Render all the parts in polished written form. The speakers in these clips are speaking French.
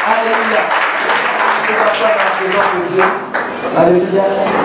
Alléluia. Je vais passer à la présence de Dieu. Alléluia.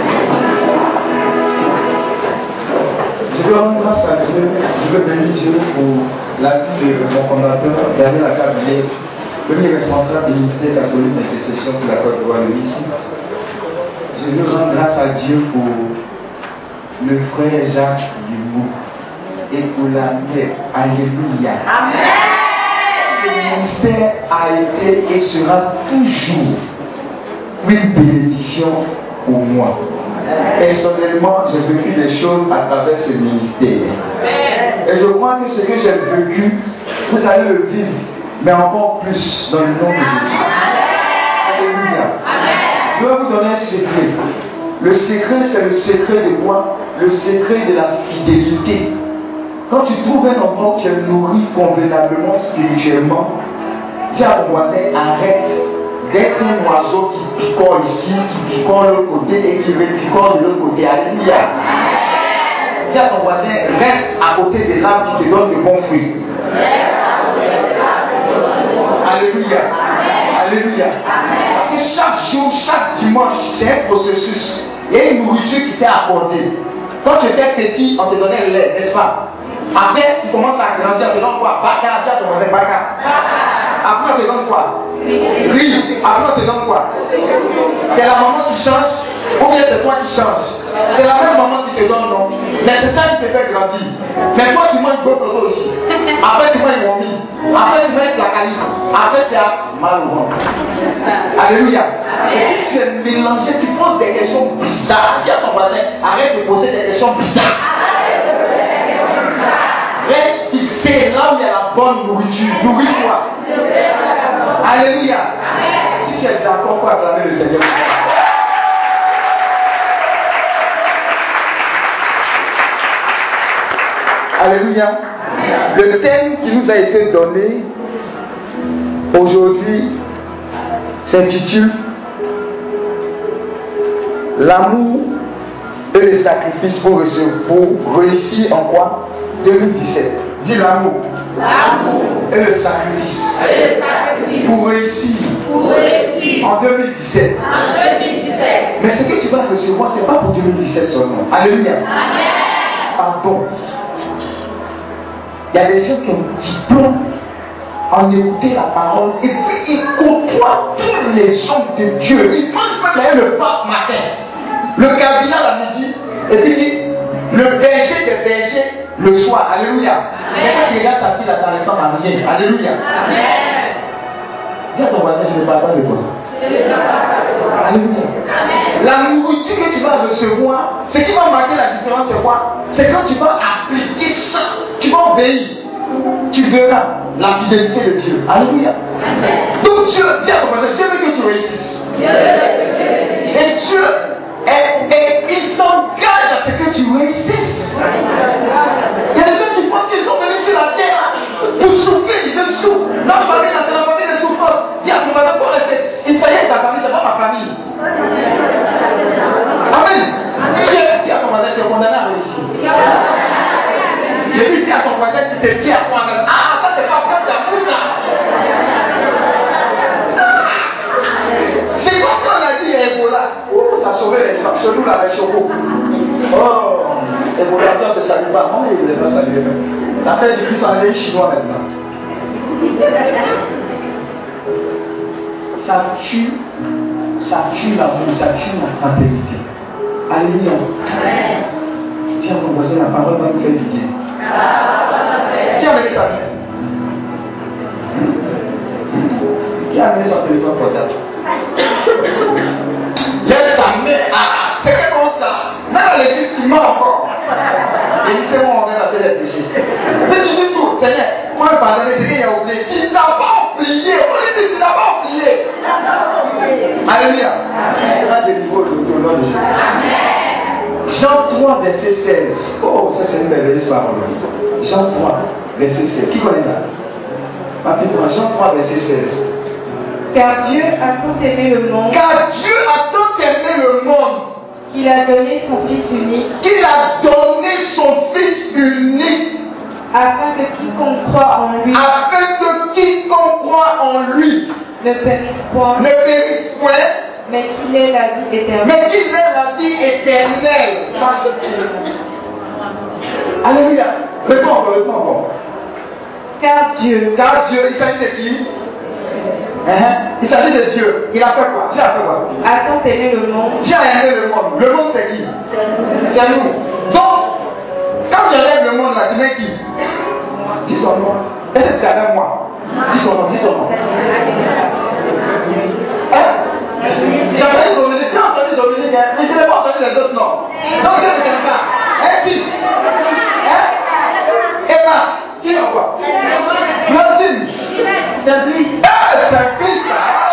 Je veux rendre grâce à Dieu. Je veux bénir Dieu pour la vie de mon fondateur, Daniel Akabilé, premier responsable du ministère catholique d'intercession pour la Côte d'Ivoire de ici. Je veux rendre grâce à Dieu pour le frère Jacques Dumou et pour la mère. Alléluia. Amen. Ce ministère a été et sera toujours une bénédiction pour moi. Personnellement, j'ai vécu des choses à travers ce ministère. Et je crois que ce que j'ai vécu, vous allez le vivre, mais encore plus dans le nom de Jésus. Alléluia. Je vais vous donner un secret. Le secret, c'est le secret de quoi? Le secret de la fidélité. Quand tu trouves un endroit où tu es nourri convenablement spirituellement, dis à ton voisin, arrête d'être un oiseau qui picore ici, qui picore de l'autre côté et qui repicore de l'autre côté. Alléluia. Dis à ton voisin, reste à côté de l'arbre qui te donne de bons fruits. Alléluia. Alléluia. Parce que chaque jour, chaque dimanche, c'est un processus. Il y a une nourriture qui t'est apportée. Quand tu étais petit, on te donnait le lait, n'est-ce pas? Après, tu commences à grandir, on te donne quoi? Baka, dis à ton voisin, baka. Après, on te donne quoi? Riz. Après, on te donne quoi? C'est la maman qui change, ou bien c'est toi qui changes? C'est la même maman qui te donne, non? Mais c'est ça qui te fait grandir. Mais toi, tu manges d'autres aussi. Après, tu manges momi. Après, tu manges la cali. Après, tu as mal au ventre. Alléluia. Et tu es mélangé, tu poses des questions bizarres. Dis à ton voisin, arrête de poser des questions bizarres. Reste fixé là où il y a la bonne nourriture. Nourris-toi. Alléluia. Si tu es d'accord, il faut acclamer le Seigneur. Alléluia. Le thème qui nous a été donné aujourd'hui s'intitule L'amour et le sacrifice pour réussir en quoi? 2017. Dis l'amour. L'amour et le sacrifice. Pour réussir. En 2017. Mais ce que tu vas recevoir, ce n'est pas pour 2017 seulement. Alléluia. Pardon. Il y a des gens qui ont un diplôme en écouter la parole et puis ils côtoient tous les hommes de Dieu. Ils pensent même d'aller le pape matin, le cardinal à midi, et puis le berger des bergers le soir. Alléluia. Mais quand il regarde sa fille, ça ne ressemble à rien. Alléluia. Dis à ton voisin, je ne parle pas de toi. Alléluia. La nourriture que tu vas recevoir, ce qui va marquer la différence, c'est quoi? C'est quand tu vas appliquer ça, tu vas obéir. Tu verras la fidélité de Dieu. Alléluia. Donc Dieu, dis à ton voisin, Dieu veut que tu réussisses. Et Dieu, il s'engage à ce que tu réussisses. Il y a des gens qui pensent qu'ils sont venus sur la terre pour souffrir, ils se souffrent. La famille, c'est la famille de souffrance. Dis à ton voisin, pour rester. Il s'agit de ta famille, c'est pas ma famille. Amen. Dis à ton voisin, tu es condamné à réussir. Et puis dis à ton voisin, tu te dis à toi-même, ah, ça c'est pas comme ta bouche là. C'est comme quand on a dit Ebola. Oh, ça sauvait les femmes, chez nous là, les chocos. Oh, Ebola, ça ne se salue pas. Non, il ne voulait pas saluer. La fête du Christ en est chinois maintenant. Ça tue l'amour, ça tue la fraternité. Alléluia. Tiens, mon voisin, la parole va nous faire du bien. Qui a amené sa vie? Qui a amené son téléphone portable? Lève ta main à c'est comme ça. Même à l'église, tu mens encore. Et il sait moi, on va passer les péchés. Mais tu dis tout, Seigneur, moi, pardonner, c'est qu'il y a oublié. Tu n'as pas oublié. Tu n'as pas oublié. Alléluia. Tu seras délivré aujourd'hui au nom de Jésus. Jean 3, verset 16. Oh, ça c'est une merveilleuse parole. Jean 3, verset 16. Qui connaît ça? Rapidement, Jean 3, verset 16. Car Dieu a tant aimé le monde. Car Dieu a tant aimé le monde. Qu'il a donné son Fils unique. Qu'il a donné son Fils unique. Afin que quiconque croit en lui. Afin que quiconque croit en lui. ne périsse point, mais qu'il ait la vie éternelle. Alléluia. Réponds encore. Car Dieu, il s'agit de qui? Il s'agit de Dieu. Il a fait quoi? Dieu a fait quoi? a tant aimé le monde. Dieu a aimé le monde. Le monde c'est qui? C'est nous. Donc, quand j'enlève le monde là, tu mets qui? Dis ton nom. Est-ce que c'est avec moi? Dis ton nom. J'ai entendu Dominique, mais je n'ai pas entendu les autres noms. Donc, c'est quelqu'un. Un fils. Et là, qui est quoi? Claudine. C'est un fils. C'est un fils.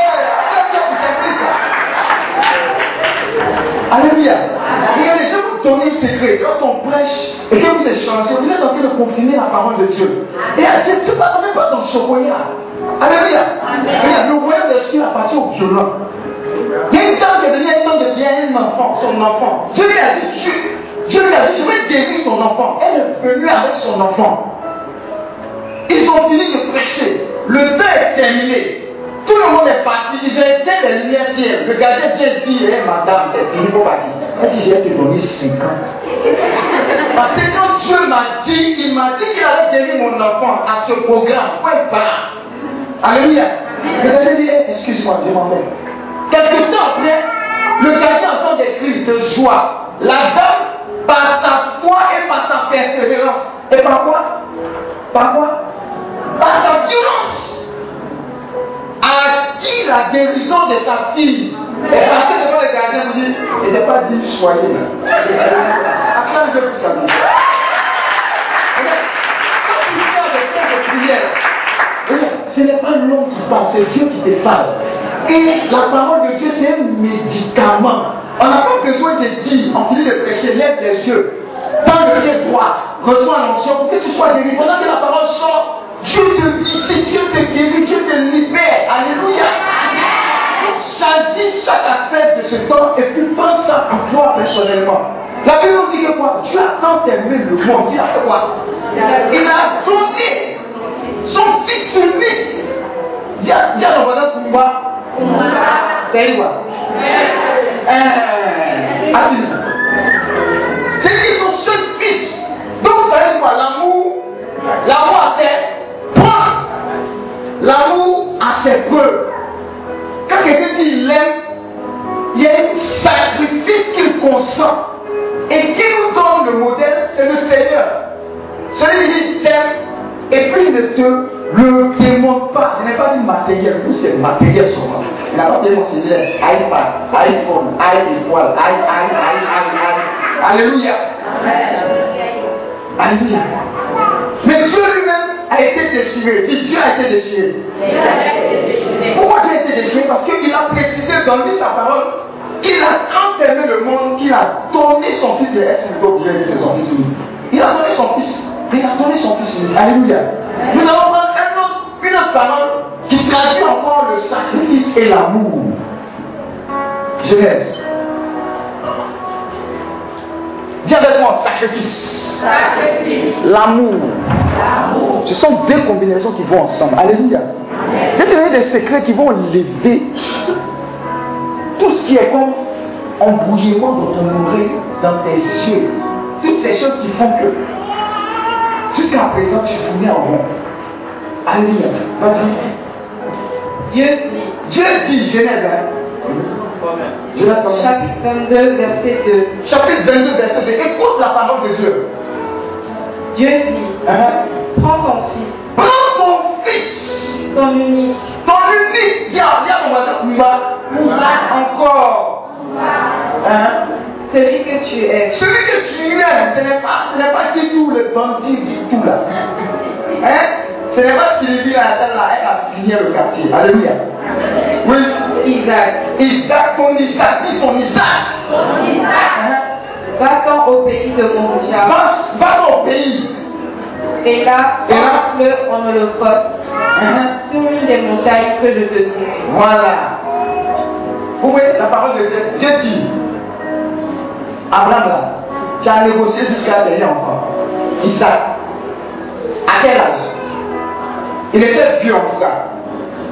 Alléluia. Regardez, je vais vous donner un secret. Quand on prêche et que vous échangez, vous êtes en train de confirmer la parole de Dieu. Et c'est pas, on n'est pas dans le chocolat. Alléluia. Regarde, le royaume des cieux appartient aux violents. Il y a une dame qui est venue un temps de bien un enfant, son enfant. Dieu lui a dit, je vais guérir ton enfant. Elle est venue avec son enfant. Ils ont fini de prêcher. Le temps est terminé. Tout le monde est parti. Ils ont éteint les lumières ciel. Le gardien vient dit, madame, c'est fini, il faut partir. Elle dit, je vais te donner 50. Parce que quand Dieu m'a dit, il m'a dit qu'il allait guérir mon enfant à ce programme. Point barre. Alléluia. Je vais dire, excuse-moi, je m'en vais. Quelque temps après, le gardien entend des cris de joie. La dame, par sa foi et par sa persévérance. Et par quoi? Par sa violence, a acquis la guérison de sa fille. Et parce que devant le gardien, vous dites, il n'est pas dit soyez là. Après, je vous salue. Quand tu fais avec toi de prière, ce n'est pas l'homme qui parle, c'est Dieu qui te parle. Et la parole de Dieu, c'est un médicament. On n'a pas besoin de dire, en finit de prêcher, lève les yeux. Dans le pied droit, reçois l'onction pour que tu sois guéri. Pendant que la parole sort, Dieu te visite, Dieu te guérit, Dieu te libère. Alléluia. Donc, choisis chaque aspect de ce temps et puis pense à toi personnellement. La Bible dit que quoi? Dieu a tant aimé le monde. Il a fait quoi? Il a donné son fils unique. Dis à ton voisin Kumba. C'est quoi? C'est qu'ils sont seul fils. Donc, vous savez quoi? L'amour a ses preuves. L'amour a ses preuves. Quand quelqu'un dit il l'aime, il y a un sacrifice qu'il consent. Et qui nous donne le modèle, c'est le Seigneur. Celui qui t'aime, et puis il ne te le démontre pas. Il n'est pas dit matériel, tout c'est matériel seulement. Il n'a pas démontré iPad, iPhone, iPhone, Alléluia. Alléluia. Mais Dieu lui-même a été déchiré. Dieu a été déchiré. Pourquoi Dieu a été déchiré? Parce qu'il a précisé dans lui sa parole qu'il a tant aimé le monde qu'il a donné son fils de il a donné son fils. Il a donné son fils. Alléluia. Nous allons prendre une autre parole qui traduit encore le sacrifice et l'amour. Genèse. Dis avec moi, sacrifice. L'amour. Ce sont deux combinaisons qui vont ensemble. Alléluia. Je vais te donner des secrets qui vont lever tout ce qui est comme embrouillement dans ton oreille, dans tes yeux. Toutes ces choses qui font que jusqu'à présent tu tournais en rond. Alléluia. Vas-y. Dieu dit, Genèse. Chapitre 22, verset 2. Chapitre 22, verset 2. Écoute la parole de Dieu. Dieu dit, prends ton fils. Prends ton fils. Ton unique. Ton unique. Viens, mon voisin. Encore. Celui que tu es. Celui que tu aimes. Ce n'est pas du tout le bandit du tout là. Ce n'est pas Sylvie là, celle-là, elle a signé le quartier. Alléluia. Oui. Isaac, ton Isaac, dis ton Isaac. Va-t'en au pays de Moria. Va-t'en au pays. Et là, offre-le en holocauste sur une des montagnes que je te dis. Voilà. Vous voyez la parole de Dieu. Dieu dit, Abraham là, tu as négocié jusqu'à tes enfants. Isaac, à quel âge? Il était vieux en tout cas.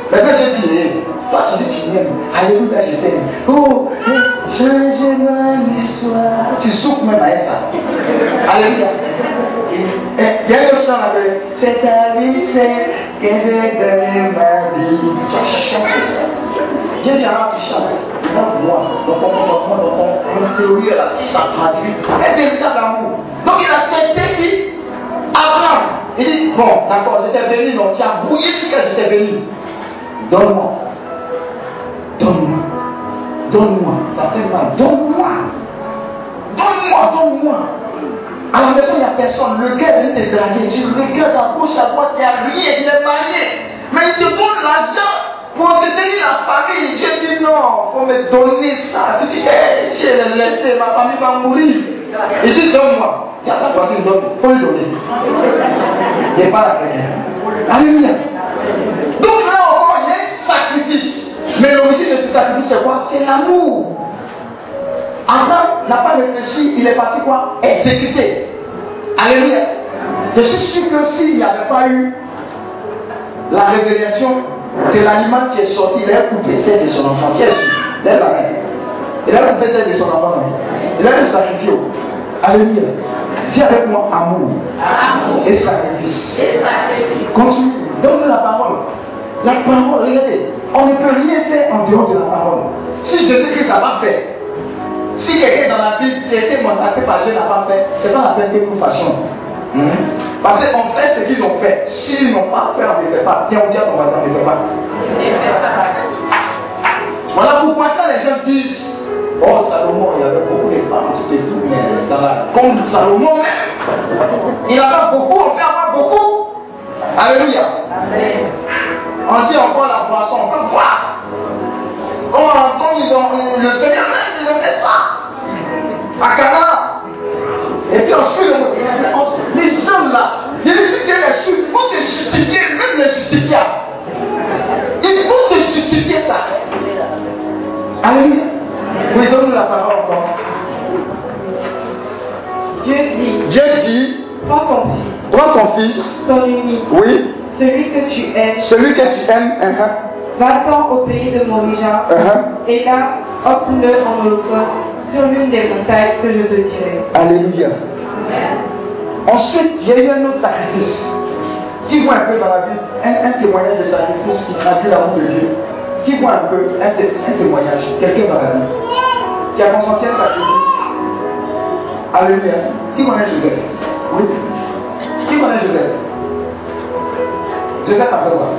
Mais quand je dis, toi tu dis tu m'aimes, alléluia, je t'aime. Oh, change-moi l'histoire. Tu souffres même à ça. Alléluia. Il y a une autre chant là, c'est ta vie, c'est que j'ai donné ma vie. Tu as chanté ça. Dieu viendra, tu chantes. Dans moi, dans ton théorie, là, si ça traduit, un véritable amour. Donc il a testé qui Abraham. Il dit, bon, d'accord, j'étais béni, donc tu as brouillé jusqu'à j'étais béni. Donne-moi. Donne-moi. Donne-moi. Ça fait mal. Donne-moi. Donne-moi, donne-moi. À la maison, il n'y a personne. Le gars vient te draguer. Tu regardes à gauche, à droite, il n'y a rien, il est marié. Mais il te donne l'argent pour entretenir la famille. Dieu dit non, il faut me donner ça. Tu dis, hey, si elle est laissée, ma famille va mourir. Il dit, donne-moi. Tu n'as pas voici, donne. Il faut lui donner. Il n'est pas la chrétienne. Alléluia. Donc là encore, il y a un sacrifice. Mais l'origine de ce sacrifice, c'est quoi? C'est l'amour. Abraham n'a pas réfléchi, il est parti quoi? Exécuter. Alléluia. Je suis sûr que s'il n'y avait pas eu la révélation de l'animal qui est sorti, il a coupé tête de son enfant. Qui est sûr? Lève la main. Il a coupé tête de son enfant. Il a le sacrifié. Alléluia. Dis avec moi amour. Et sacrifice. Continue. Donne-nous la parole. La parole, regardez. On ne peut rien faire en dehors de la parole. Si Jésus-Christ n'a pas fait, si quelqu'un dans la Bible qui a été mandaté par Dieu n'a pas fait, c'est pas la peine que nous fassions. Parce qu'on fait ce qu'ils ont fait. S'ils n'ont pas fait, on ne les fait pas. Tiens, on dit à ton voisin, on ne les fait pas. Voilà pourquoi ça les gens disent, oh Salomon, il y avait beaucoup de femmes, c'était tout, mais dans la comme Salomon même, il avait beaucoup, on peut avoir beaucoup. Alléluia. On dit encore la boisson, on peut boire. Comme ils ont, le Seigneur même, ils ont fait ça. À Cana. Et puis ensuite, les hommes là, il faut te justifier, même les justifiables. Il faut te justifier ça. Alléluia. Oui, donne-nous la parole encore. Dieu dit, prends ton fils, ton unique, oui, celui que tu aimes, va-t'en au pays de Moria, et là, offre-le en holocauste sur l'une des montagnes que je te dirai. Alléluia. Ensuite, il y a eu un autre sacrifice. Qui voit un peu dans la Bible un témoignage de sacrifice qui traduit l'amour de Dieu. Qui voit un peu un témoignage, quelqu'un dans la Bible qui a consenti un sacrifice. Alléluia. Qui connaît Joseph? Oui. Qui connaît Joseph? Joseph a fait quoi?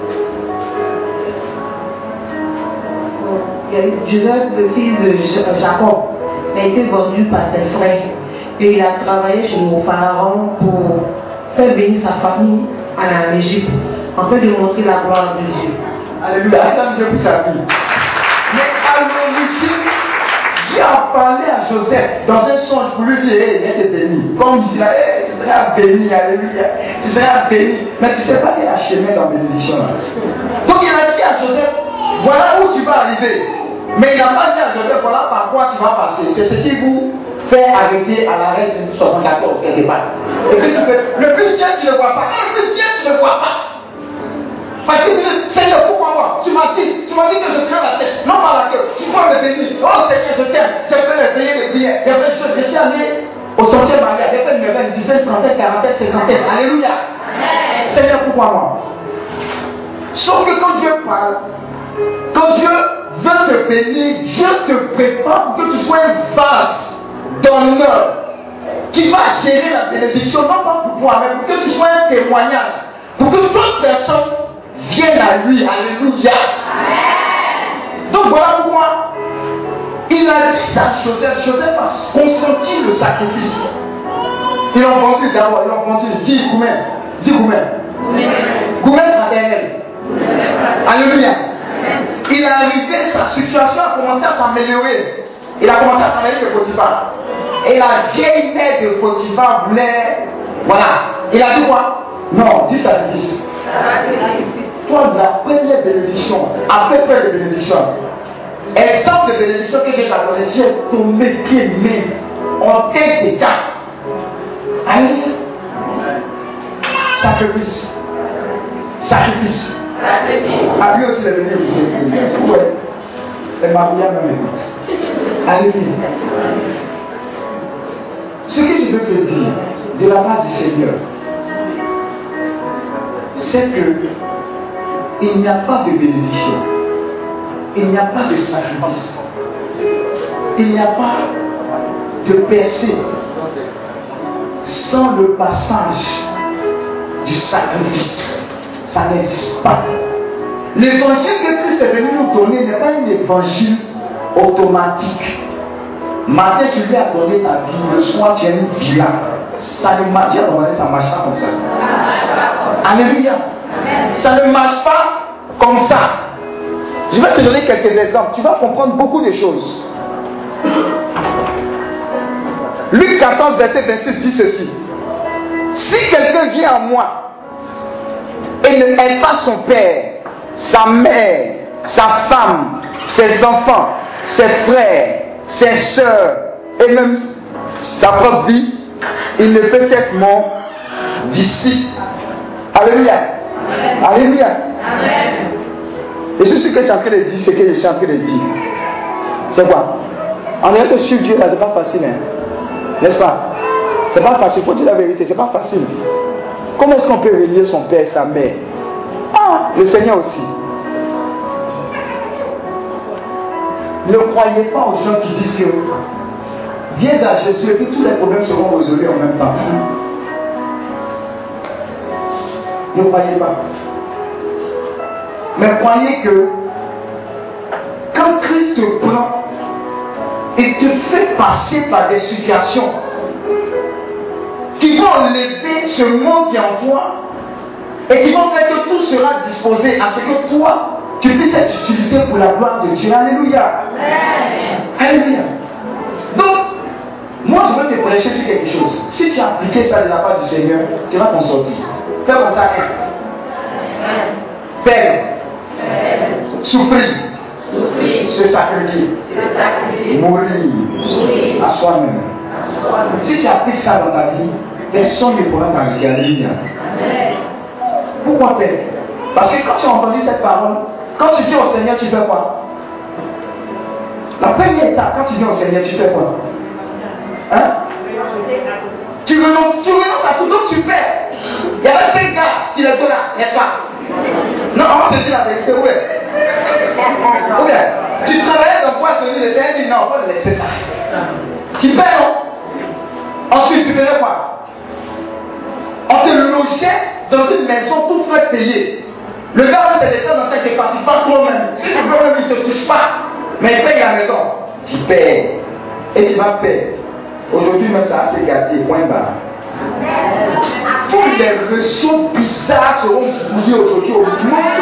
Joseph, le fils de Jacob, a été vendu par ses frères et il a travaillé chez mon pharaon pour faire venir sa famille en Égypte, en fait de montrer la gloire de Dieu. Alléluia. Attends, Dieu pour sa vie. Mais à l'origine, Dieu a parlé à Joseph dans un songe pour lui dire, hey, viens te bénir. Comme il dit là, hey, tu seras béni, alléluia. Tu seras béni. Mais tu ne sais pas qu'il y a un chemin dans la bénédiction là. Donc il a dit à Joseph, voilà où tu vas arriver. Mais il n'a pas dit à Joseph, voilà par quoi tu vas passer. C'est ce qui vous fait arrêter à l'arrêt du 74 quelque part. Et puis tu peux, le plus bien tu ne le vois pas. Le plus bien tu ne le vois pas. Parce que Seigneur, pourquoi moi? Tu m'as dit que je serai la tête, non pas la queue. Tu vas me bénir. Oh Seigneur, je t'aime. J'ai fait les veillées, les prières. Il y avait des choses. Je suis allé au sortir mariage. J'ai fait une neuvaine, dizaine, trentaine, quarantaine, cinquantaine. Alléluia. Seigneur, pourquoi moi? Sauf que quand Dieu parle, quand Dieu veut te bénir, Dieu te prépare pour que tu sois un vase d'honneur qui va gérer la bénédiction, non pas pour toi, mais pour que tu sois un témoignage, pour que d'autres personnes viennent à lui. Alléluia. Donc voilà pourquoi il a dit ça à Joseph. Joseph a consenti le sacrifice. Ils l'ont vendu d'abord, ils l'ont vendu. Dis combien? Dis combien? Combien fraternel? Alléluia. Il est arrivé, sa situation a commencé à s'améliorer. Il a commencé à travailler chez Potiphar. Et la vieille mère de Potiphar voulait. Voilà. Il a dit quoi? Non, dis sacrifice. Toi, la première bénédiction, après de bénédiction, exemple de bénédiction que j'ai donné, j'ai tombé pied main en tête des gars. Alléluia. Sacrifice. Sacrifice. Ah, lui aussi, il est venu écouter. Ouais. Et Maria même écoute. Alléluia. Ce que je veux te dire de la part du Seigneur, c'est que il n'y a pas de bénédiction, il n'y a pas de sacrifice, il n'y a pas de percée sans le passage du sacrifice. Ça n'existe pas. L'évangile que Christ est venu nous donner n'est pas un évangile automatique. Matin, tu lui as donné ta vie, le soir, tu as une vie là. Ça ne marche pas, ça marche pas comme ça. Alléluia. Ça ne marche pas comme ça. Je vais te donner quelques exemples. Tu vas comprendre beaucoup de choses. Luc 14, verset 26 dit ceci. Si quelqu'un vient à moi et ne aime pas son père, sa mère, sa femme, ses enfants, ses frères, ses soeurs et même sa propre vie, il ne peut être mon disciple. Alléluia. Alléluia. Et c'est ce que tu es en train de dire, ce que je suis en train de dire. C'est quoi? En réalité, suivre Dieu là, c'est pas facile, hein? N'est-ce pas? C'est pas facile, faut dire la vérité, c'est pas facile. Comment est-ce qu'on peut relier son père et sa mère? Ah, le Seigneur aussi. Ne croyez pas aux gens qui disent que viens à Jésus et que tous les problèmes seront résolus en même temps. Ne croyez pas. Mais croyez que quand Christ te prend et te fait passer par des situations qui vont enlever ce monde qui est en toi et qui vont faire que tout sera disposé à ce que toi tu puisses être utilisé pour la gloire de Dieu. Alléluia. Alléluia. Donc, moi je veux te prêcher sur quelque chose. Si tu as appliqué ça de la part du Seigneur, tu vas t'en sortir. Fais comme ça. Faire. Souffrir. Se sacrifier. Mourir. À soi-même. Si tu appliques ça dans ta vie, personne ne pourra t'arrêter. Alléluia. Pourquoi faire? Parce que quand tu as entendu cette parole, quand tu dis au Seigneur, tu fais quoi? La première étape, quand tu dis au Seigneur, tu fais quoi? Hein? Tu renonces à tout, donc tu perds. Il y avait 5 gars qui les donnaient, n'est-ce pas? Non, on va te dire la vérité, ouais. Ou bien, tu travaillais dans quoi tenir le Seigneur dit non, on va le laisser ça. Tu perds, non? Ensuite, tu faisais quoi? On te logeait dans une maison pour faire payer. Le gars, c'est des gens dans ta qui participent pas toi-même. Si tu peux même, il ne te touche pas. Mais il paye la maison. Tu payes. Et tu vas payer. Aujourd'hui, même ça a s'est gâté. Point barre. Tous les réseaux bizarres seront bouillés aujourd'hui au monde.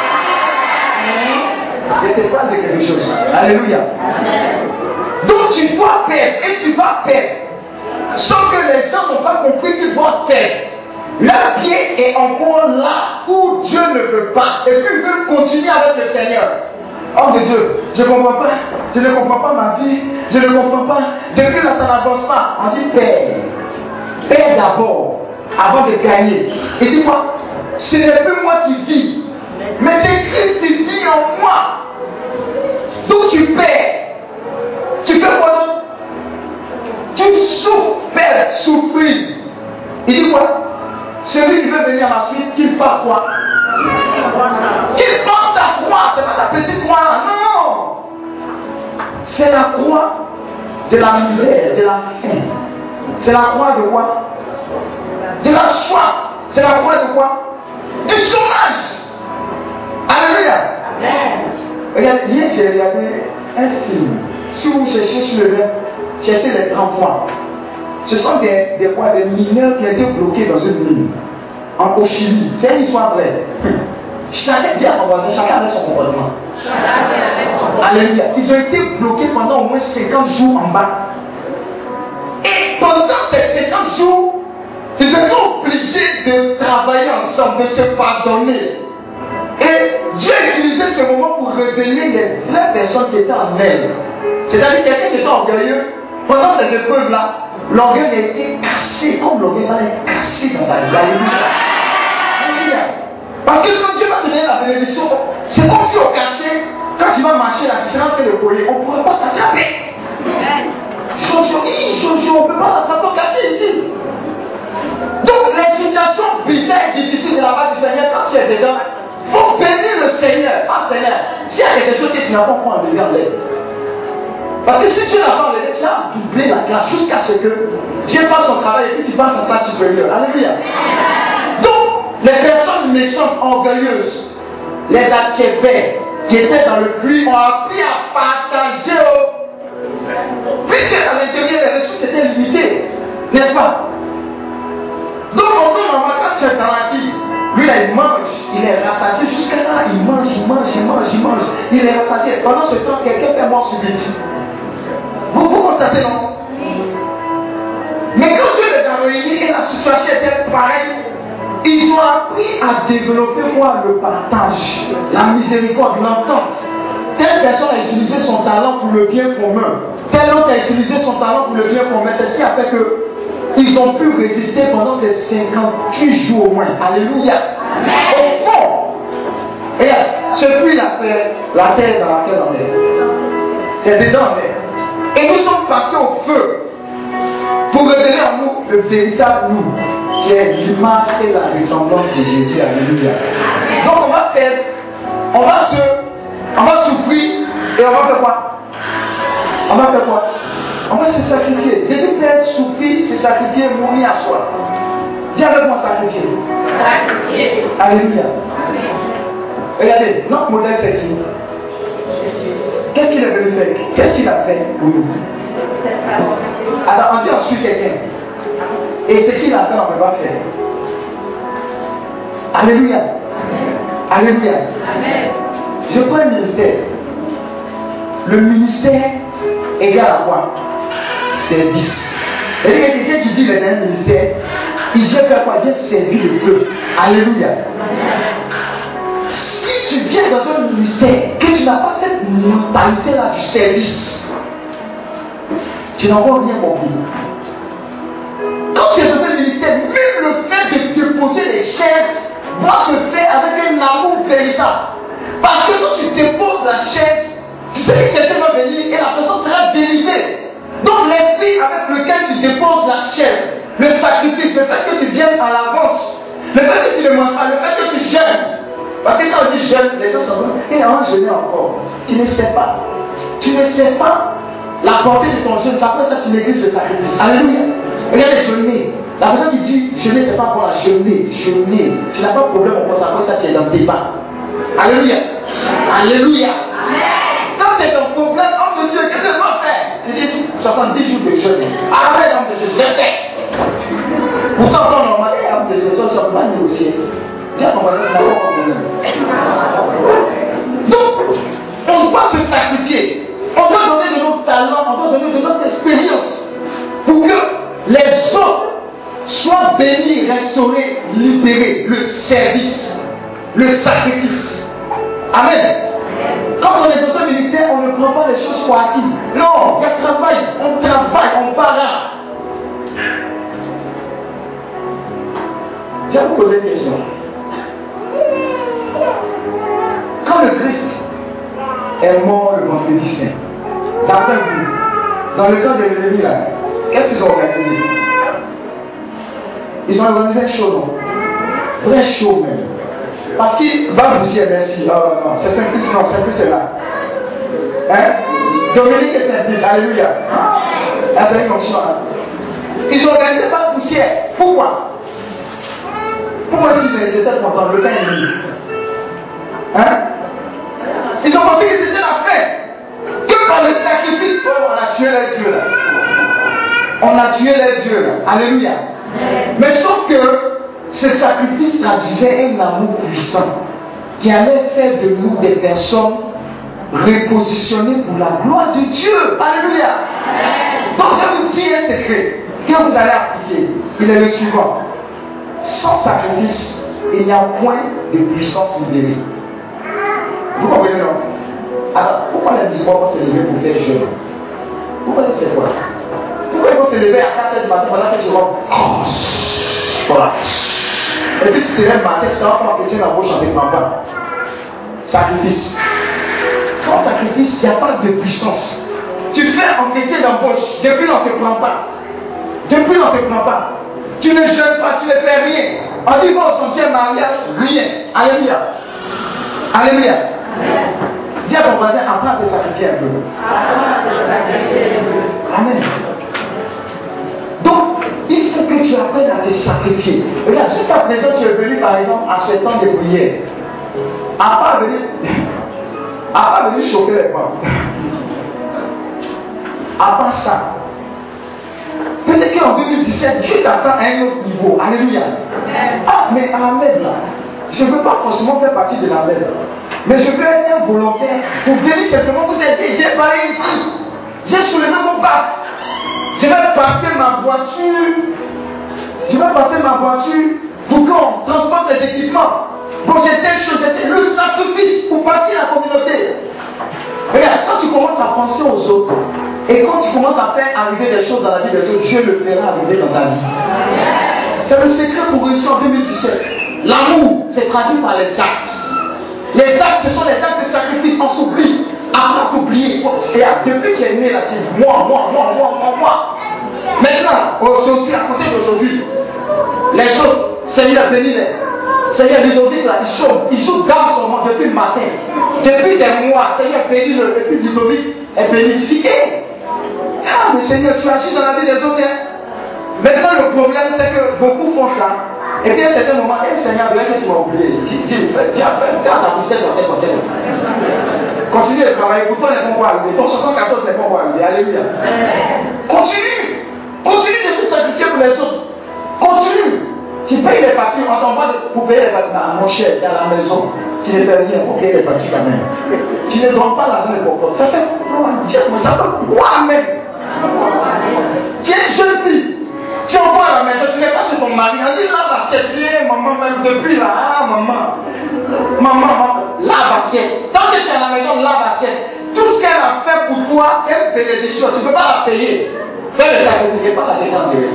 Je te parle de quelque chose. Alléluia. Donc tu dois perdre. Et tu vas perdre. Sauf que les gens n'ont pas compris qu'ils vont perdre. Leur pied est encore là où Dieu ne veut pas. Et puis ils veulent continuer avec le Seigneur. Oh de Dieu, je ne comprends pas. Je ne comprends pas ma vie. Je ne comprends pas. Depuis là, ça n'avance pas. On dit paie. Paie d'abord, avant de gagner. Et dis-moi, ce n'est plus moi qui vis. Mais c'est Christ qui vit en moi. Donc tu paies. Tu fais quoi donc? Tu souffres, perds, souffrir. Il dit quoi? Celui qui veut venir à ma suite, qu'il fasse quoi? Qu'il prenne ta croix, c'est pas ta petite croix, non! C'est la croix de la misère, de la faim. C'est la croix de quoi? De la soif. C'est la croix de quoi? Du chômage. Alléluia. Regarde, hier j'ai regardé un film. Si vous cherchez sur le web, cherchez les 30 mois. Ce sont des mineurs qui ont été bloqués dans une mine. Au Chili. C'est une histoire vraie. Chacun dit à mon voisin, chacun avait son comportement. Alléluia. Ils ont été bloqués pendant au moins 50 jours en bas. Et pendant ces 50 jours, ils étaient obligés de travailler ensemble, de se pardonner. Et Dieu a utilisé ce moment pour révéler les vraies personnes qui étaient en elle. C'est-à-dire quelqu'un qui était orgueilleux. Pendant ces épreuves-là, l'orgueil a été cassé, comme l'orgueil va être cassé dans ta vie. Alléluia. Parce que quand Dieu va te donner la bénédiction, c'est comme si au quartier, quand tu vas marcher là, tu seras en train de courir, on ne pourra pas t'attraper. On ne peut pas attraper au quartier ici. Donc les situations bizarres et difficiles de la part du Seigneur, quand tu es dedans, il faut bénir le Seigneur. Ah Seigneur, s'il y a quelque chose que tu n'as pas enlevé en l'air. Parce que si tu n'as pas enlevé, tu as doublé la classe jusqu'à ce que Dieu fasse son travail et puis tu passes en classe supérieure. Alléluia. Donc, les personnes méchantes, orgueilleuses, les attiévères qui étaient dans le puits ont appris à partager. Puisque à l'intérieur, les ressources étaient limitées. N'est-ce pas? Donc, on peut normalement, quand tu es dans la vie, lui là, il mange, il est rassasié jusqu'à là, il mange. Il est rassasié. Pendant ce temps, quelqu'un fait mort subite. Vous constatez, non? Mais quand Dieu les a réunis et la situation était pareille, ils ont appris à développer quoi? Le partage, la miséricorde, l'entente. Telle personne a utilisé son talent pour le bien commun. Tel autre a utilisé son talent pour le bien commun. C'est ce qui a fait qu'ils ont pu résister pendant ces 58 jours au moins. Alléluia. Au fond, regarde, ce puits-là, c'est la terre dans laquelle on est. C'est dedans, mais. Et nous sommes passés au feu pour révéler en nous le véritable nous, qui est l'image et la ressemblance de Jésus. Alléluia. Donc on va faire, on va souffrir et on va faire quoi? On va se sacrifier. Jésus peut souffrir, se sacrifier, mourir à soi. Dis avec moi sacrifier. Alléluia. Regardez, notre modèle c'est qui? Qu'est-ce qu'il est venu faire? Qu'est-ce qu'il a fait pour nous? Alors on dit on suit quelqu'un. Et ce qu'il a fait, on ne peut pas faire. Alléluia. Alléluia. Je prends un ministère. Le ministère égale à quoi? Service. Et quelqu'un qui dit qu'il est un ministère, il veut faire quoi? Il veut servir le peuple. Alléluia. Si tu viens dans un ministère, que tu n'as pas cette mentalité-là du service, tu n'as encore rien compris. Quand tu es dans un ministère, même le fait de déposer les chaises doit se faire avec un amour véritable. Parce que quand tu déposes la chaise, tu sais que quelqu'un va venir et la personne sera délivrée. Donc l'esprit avec lequel tu déposes la chaise, le sacrifice, le fait que tu viennes à l'avance, le fait que tu ne manges pas, le fait que tu jeûnes. Parce que quand on dit jeûne, les gens sont là, et on jeûne encore. Tu ne sais pas. Tu ne sais pas la portée de ton jeûne. Ça peut être que tu négliges le sacrifice. Alléluia. Regardez, jeûner. La personne qui dit jeûner, c'est pas pour la jeûner. Jeûner. Tu n'as pas de problème, on pense après ça, tu es dans le débat. Alléluia. Alléluia. Quand tu es dans le problème, homme de Dieu, qu'est-ce que tu vas faire? Tu dis 70 jours de jeûne. Arrête, homme de Dieu, je fais. Pourtant, quand normal, homme de Dieu, ça ne va pas négocier. Viens, on va le faire. Donc, on doit se sacrifier. On doit donner de notre talent, on doit donner de notre expérience pour que les autres soient bénis, restaurés, libérés. Le service, le sacrifice. Amen. Quand on est dans un ministère, on ne prend pas les choses pour acquis. Non, il y a travail, on barre. Je vais vous poser une question. Quand le Christ est mort le vendredi saint, d'après vous, dans le temps de l'ennemi là, qu'est-ce qu'ils ont organisé? Ils ont organisé un show, non? Vrai show même. Parce qu'il va vous dire merci. Oh non, c'est Saint-Christ, non, Saint-Christ est là. Hein? Dominique et Saint-Christ, alléluia. Là, c'est une onction là. Ils ont organisé par poussière. Pourquoi? Pourquoi est-ce qu'ils étaient contents? Le temps est venu. Hein? Ils ont compris que c'était la fête. Que par le sacrifice, on a tué les dieux là. On a tué les dieux là. Alléluia. Mais sauf que ce sacrifice traduisait un amour puissant qui allait faire de nous des personnes repositionnées pour la gloire de Dieu. Alléluia. Donc je vous dis un secret que vous allez appliquer. Il est le suivant. Sans sacrifice, il n'y a point de puissance libérée. Vous comprenez, non? Alors, pourquoi les musulmans vont se lever pour faire jeûne? Pourquoi ils font quoi? Pourquoi ils vont se lever à 4h du matin pendant que tu rentres? Voilà. Et puis tu te lèves matin, tu vas pas chrétien d'embauche, on ne te prend pas. Sacrifice. Sans sacrifice, il n'y a pas de puissance. Tu fais en chrétien d'embauche, depuis on ne te prend pas. Depuis on ne te prend pas. Tu ne jeûnes pas, tu ne fais rien. On dit va au sentier mariage, rien. Alléluia. Alléluia. Dis à ton voisin, apprends à te sacrifier un peu. Amen. Donc, il faut que tu apprennes à te sacrifier. Regarde, jusqu'à présent, tu es venu par exemple à ce temps de prière. À part venir chauffer les mains. À part ça. Peut-être qu'en 2017, Dieu t'attend à un autre niveau. Alléluia. Ah, mais à la messe là, je ne veux pas forcément faire partie de la messe. Mais je veux être un volontaire pour venir simplement vous aider. J'ai parlé ici. J'ai soulevé mon bac. Je vais passer ma voiture. Je vais passer ma voiture pour qu'on transporte les équipements. Bon, c'était le sacrifice pour bâtir la communauté. Regarde, quand tu commences à penser aux autres, et quand tu commences à faire arriver des choses dans la vie des autres, Dieu le fera arriver dans ta vie. C'est le secret pour réussir en 2017. L'amour, c'est traduit par les actes. Les actes, ce sont les actes de sacrifice. On s'oublie. Avant d'oublier, depuis que j'ai né là, c'est moi. Maintenant, aujourd'hui, à côté d'aujourd'hui, les choses, Seigneur, bénis-les. Seigneur, Ludovic là, il joue dans son monde depuis le matin. Depuis des mois, Seigneur, bénis-le. Et puis Ludovic est bénifié. Ah, mais Seigneur, tu agis dans la vie des autres. Maintenant, le problème, c'est que beaucoup font ça. Et puis à un certain moment, Seigneur, que tu m'as oublié. Dis à ta bouche, continue de travailler. Pour toi, les bons vont arriver. Ton 74, les bons vont arriver. Alléluia. Continue. Continue de te sacrifier pour les autres. Continue. Tu payes les factures, on t'envoie pour payer les factures. Mon cher, tu es à la maison. Tu ne fais rien pour payer les factures quand même. Tu ne donnes pas l'argent de ton corps. Ça fait quoi? Dieu, mais ça fait quoi même? Tu es une jeune fille. Tu envoies à la maison, tu n'es pas chez ton mari. On dit lave l'assiette. Maman, même depuis là. Ah, maman, lave l'assiette. Tant que tu es à la maison, lave l'assiette. Tout ce qu'elle a fait pour toi, elle fait des choses. Tu ne peux pas la payer. Fais le sacrifice, ce n'est pas la détendre.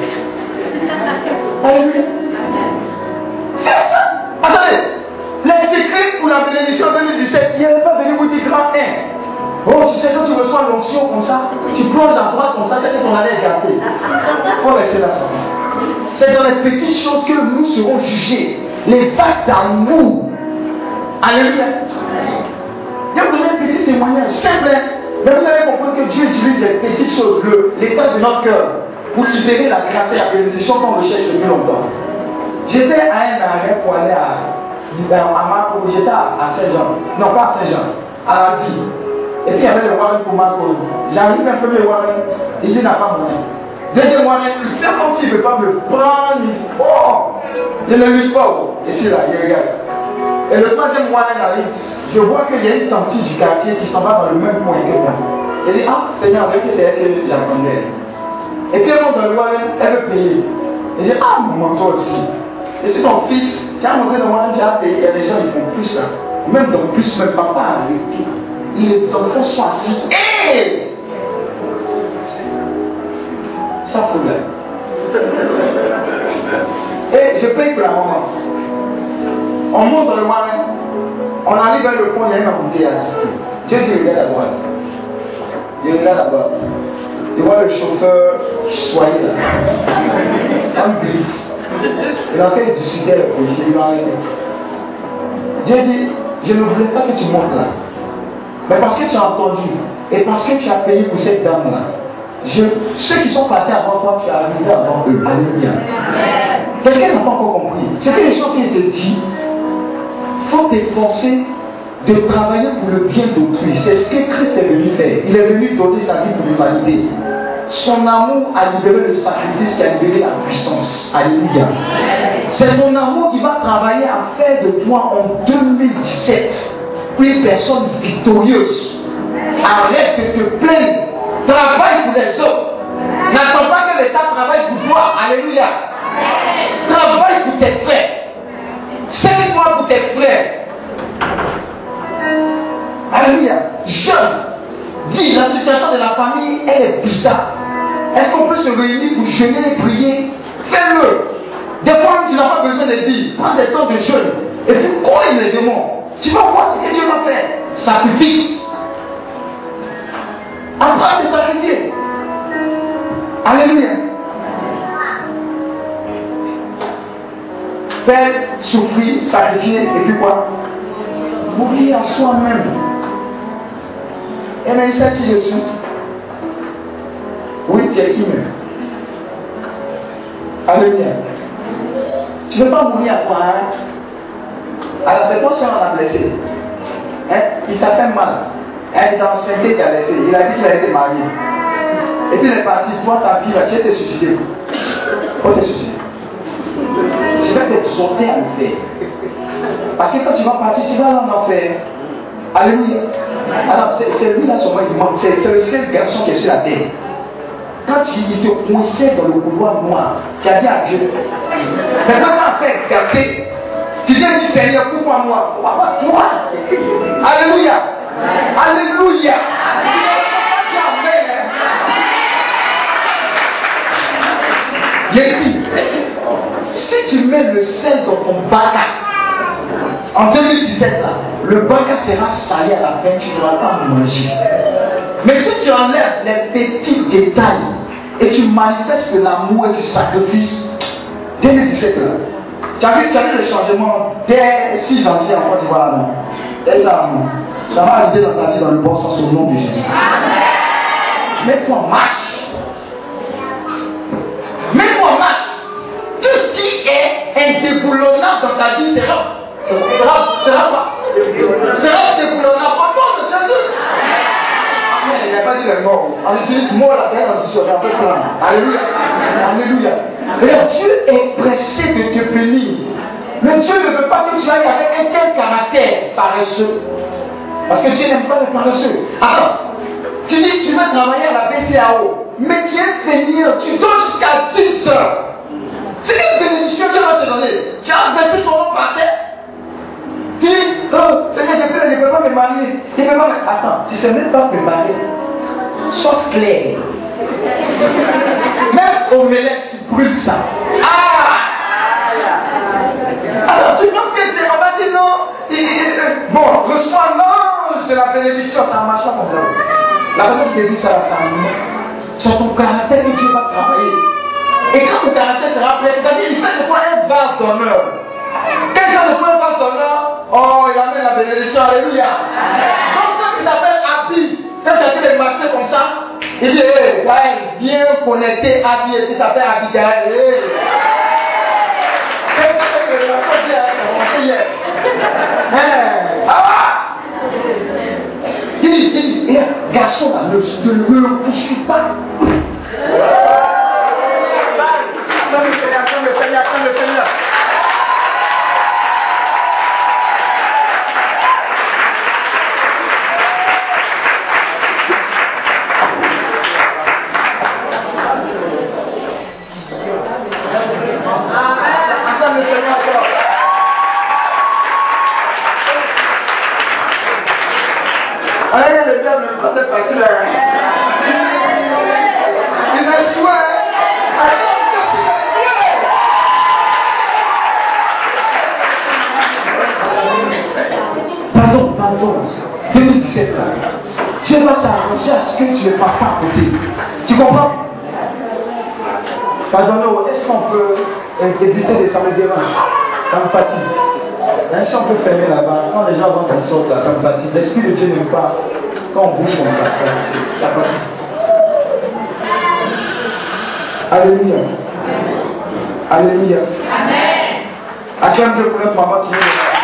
Alléluia. Fais ça. Attendez. Les secrets pour la bénédiction 2017, il n'est pas venu vous dire grand 1. Oh, tu sais que tu reçois l'onction comme ça, tu plonges à droite comme ça, c'est que ton année est gâtée. Faut laisser là ça. C'est dans les petites choses que nous serons jugés. Les actes d'amour. Alléluia. Je vais vous donner un petit témoignage simple. Mais vous allez comprendre que Dieu utilise les petites choses, l'état de notre cœur, pour libérer la grâce et la bénédiction qu'on recherche depuis longtemps. J'étais à un arrêt pour aller à Marco, j'étais à Saint-Jean. Non, pas à Saint-Jean, à la ville. Et puis il y avait le Warren pour Marco. J'arrive un premier Warren, il dit n'a pas moyen. Deuxième Warren, il fait comme s'il ne veut pas me prendre. Oh, il ne lui pas. Et c'est là, il regarde. Et le troisième Warren arrive, je vois qu'il y a une tante du quartier qui s'en va dans le même point que moi. Elle dit, ah, Seigneur, avec que c'est elle que j'attendais. Et puis elle monte dans le Warren, elle veut payer. Elle dit, ah, maman, toi aussi. Et c'est ton fils, tu as montré dans le Warren, tu as payé. Il y a des gens qui font plus ça. Même dans plus, même papa avec tout. Les enfants sont assis. Hey! Sans problème. Et je paye pour la maman. On monte dans le Warren. On arrive vers le pont, il y a un embouteillage. Dieu dit, regarde à droite. Il regarde à droite. Il voit le chauffeur soigner là. Un griffe. Il est en train de discuter avec le policier. Il va arrêter. Dieu dit, je ne voulais pas que tu montes là. Mais parce que tu as entendu, et parce que tu as payé pour cette dame-là, ceux qui sont passés avant toi, tu as arrivé avant eux. Alléluia. Quelqu'un n'a pas encore compris. C'est quelque chose qu'il te dit. Il faut t'efforcer de travailler pour le bien d'autrui. C'est ce que Christ est venu faire. Il est venu donner sa vie pour l'humanité. Son amour a libéré le sacrifice qui a libéré la puissance. Alléluia. C'est ton amour qui va travailler à faire de toi en 2017 une personne victorieuse. Arrête de te plaindre. Travaille pour les autres. N'attends pas que l'État travaille pour toi. Alléluia. Travaille pour tes frères. Saisis-toi pour tes frères. Alléluia. Jeune. Dis, la situation de la famille, elle est bizarre. Est-ce qu'on peut se réunir pour jeûner et prier? Fais-le. Des fois, tu n'as pas besoin de dire. Prends des temps de jeûne. Et puis, cogne les démons. Tu vas voir ce que Dieu va faire. Sacrifice. Apprends à te sacrifier. Alléluia. Faire, souffrir, sacrifier, et puis quoi? Mourir en soi-même. Et mais c'est qui je suis? Oui, tu es qui même? Alléluia. Tu ne veux pas mourir à toi, hein? Alors c'est pour ça qu'on a blessé. Hein? Il t'a fait mal. Il t'a enceinté, t'a laissé. Il a dit qu'il a été marié. Et puis il est parti. Toi, ta vie, tu es te suicider. Faut te suicider. Je vais te sauter à l'enfer. Parce que quand tu vas partir, tu vas aller en enfer. Alléluia. Alors c'est lui là, son moi, c'est le seul garçon qui est sur la terre. Quand il te coinçait dans le couloir noir, tu as dit à Dieu. Mais quand ça a fait gâter, tu dis du Seigneur, pourquoi moi? Pourquoi toi? Alléluia. Alléluia. Il dit, si tu mets le sel dans ton bac, en 2017 là, le bac sera salé à la fin, tu ne pourras pas manger. Mais si tu enlèves les petits détails et tu manifestes l'amour et du sacrifice, 2017 là, tu as vu le changement dès 6 janvier en Côte d'Ivoire, non? Déjà, ça va arriver dans ta vie dans le bon sens au nom de Jésus. Mets-toi en marche. Mets-toi en marche. Tout ce qui est indéboulonnable dans ta vie sera déboulonnable au nom de Jésus. Il n'a pas dit les mots. On utilise mot là, c'est un dictionnaire. Alléluia. Alléluia. Et Dieu est pressé de te bénir. Mais Dieu ne veut pas que tu ailles avec un tel caractère paresseux. Parce que Dieu n'aime pas les paresseux. Alors, tu dis tu veux travailler à la BCAO, mais tu es feignant, tu dors jusqu'à 10 heures. C'est une bénédiction que Dieu va te donner. Tu as versé son nom par terre. Tu dis, oh, Seigneur, je ne peux pas me marier. Je ne peux pas me... Attends, tu ne sais même pas te marier. Sois clair. Même au mélèque, tu brûles ça. Alors tu penses que c'est... On va dire non. Bon, reçois l'ange de la bénédiction. Ça marche pas comme ça. La personne qui te dit ça, ça sur ton caractère que Dieu va travailler. Et quand ton caractère sera plein, c'est-à-dire il fait de toi un vase d'honneur. Quand il fait de toi un vase d'honneur, oh, il amène la bénédiction, alléluia. Donc quand il t'appelle Abi, quand tu as fait les marchés comme ça, il dit, hey, ouais, bien connecté, Abi, et puis ça fait Abigail. Hey. C'est pas que la chose est hier. Il dit, garçon là, ne le poursuis pas. Attends le Seigneur. Dieu va s'arranger à ce que tu ne passes pas à côté. Tu comprends? Pardonnez-moi, est-ce qu'on peut éviter des samedis? Ça me fatigue. Si on peut fermer là-bas, quand les gens vont comme ça, ça me fatigue. L'Esprit de Dieu n'aime pas quand on bouge comme ça fatigue. Alléluia. Alléluia. Amen. Acclame Dieu pour notre maman qui est là.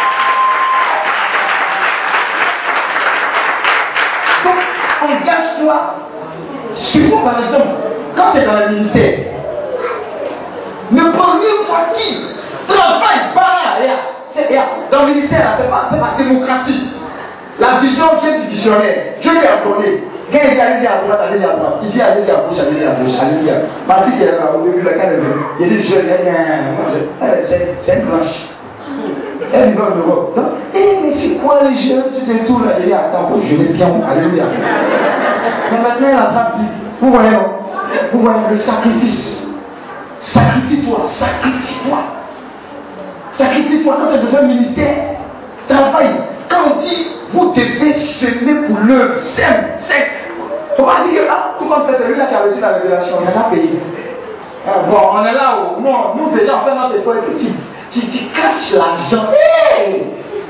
Engage-toi. Suivons par exemple, quand tu es dans le ministère, ne prends rien pour qui. Travaille, pas dans le ministère, c'est pas la démocratie. La vision vient du visionnaire. Dieu lui a donné. Quand il dit allez à droite, allez à droite. Il dit allez à gauche, allez à gauche. Alléluia. Ma fille qui est là au début, la canne, il dit je c'est une blanche. Elle lui donne le robe. Mais c'est quoi les jeunes? Tu te tournes là, il dit attends, je vais bien. Alléluia. Mais maintenant, elle attrape. Vous voyez le sacrifice. Sacrifie-toi, sacrifie-toi. Sacrifie-toi quand tu as besoin de ministère. Travaille. Quand on dit, vous devez semer pour l'œuvre. Sème. Il ne faut pas dire que tout le monde fait celui-là qui a reçu la révélation. Il n'a pas payé. Bon, on est là où non, nous déjà on fait notre école et tu caches l'argent. Hey!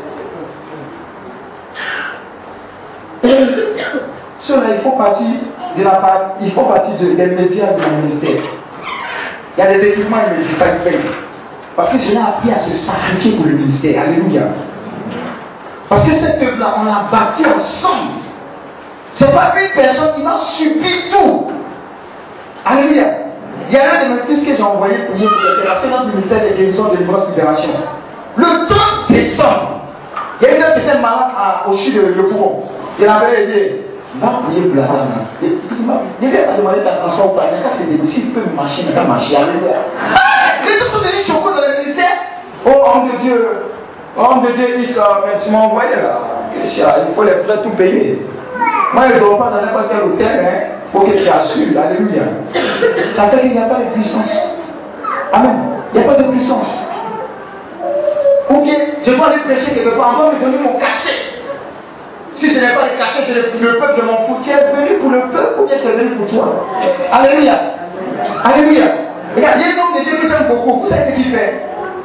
Cela, il faut partir des médias de mon ministère. Il y a des équipements et des distractions. Parce que je l'ai appris à se sacrifier pour le ministère. Alléluia. Parce que cette œuvre-là, on l'a bâtie ensemble. Ce n'est pas une personne qui m'a subi tout. Alléluia. Il y a un de mes fils que j'ai envoyé pour nous, parce que notre ministère c'est guérison de délivrance libération. Le 30 décembre, il y a une dame qui était malade au sud de Le Courant. Il avait dit, va prier pour la dame. Il ne pas demander ta transport ou pas. Mais quand c'est des s'il peut marcher, il va marcher. Alléluia. Les autres sont venus choquer dans le ministère. Oh, homme de Dieu, tu m'as envoyé là. Il faut les frais tout payer. Moi, je ne dors pas dans n'importe quel hôtel pour que tu assures. Alléluia. Ça fait qu'il n'y a pas de puissance. Amen. Il n'y a pas de puissance. Ok, je dois aller prêcher quelque part. On va me donner mon cachet. Si ce n'est pas le cachet, c'est le peuple de mon fou. Tu es venu pour le peuple ou bien tu es venu pour toi? Alléluia. Alléluia. Regarde, il y a un homme de Dieu qui s'aime beaucoup. Vous savez ce qu'il fait?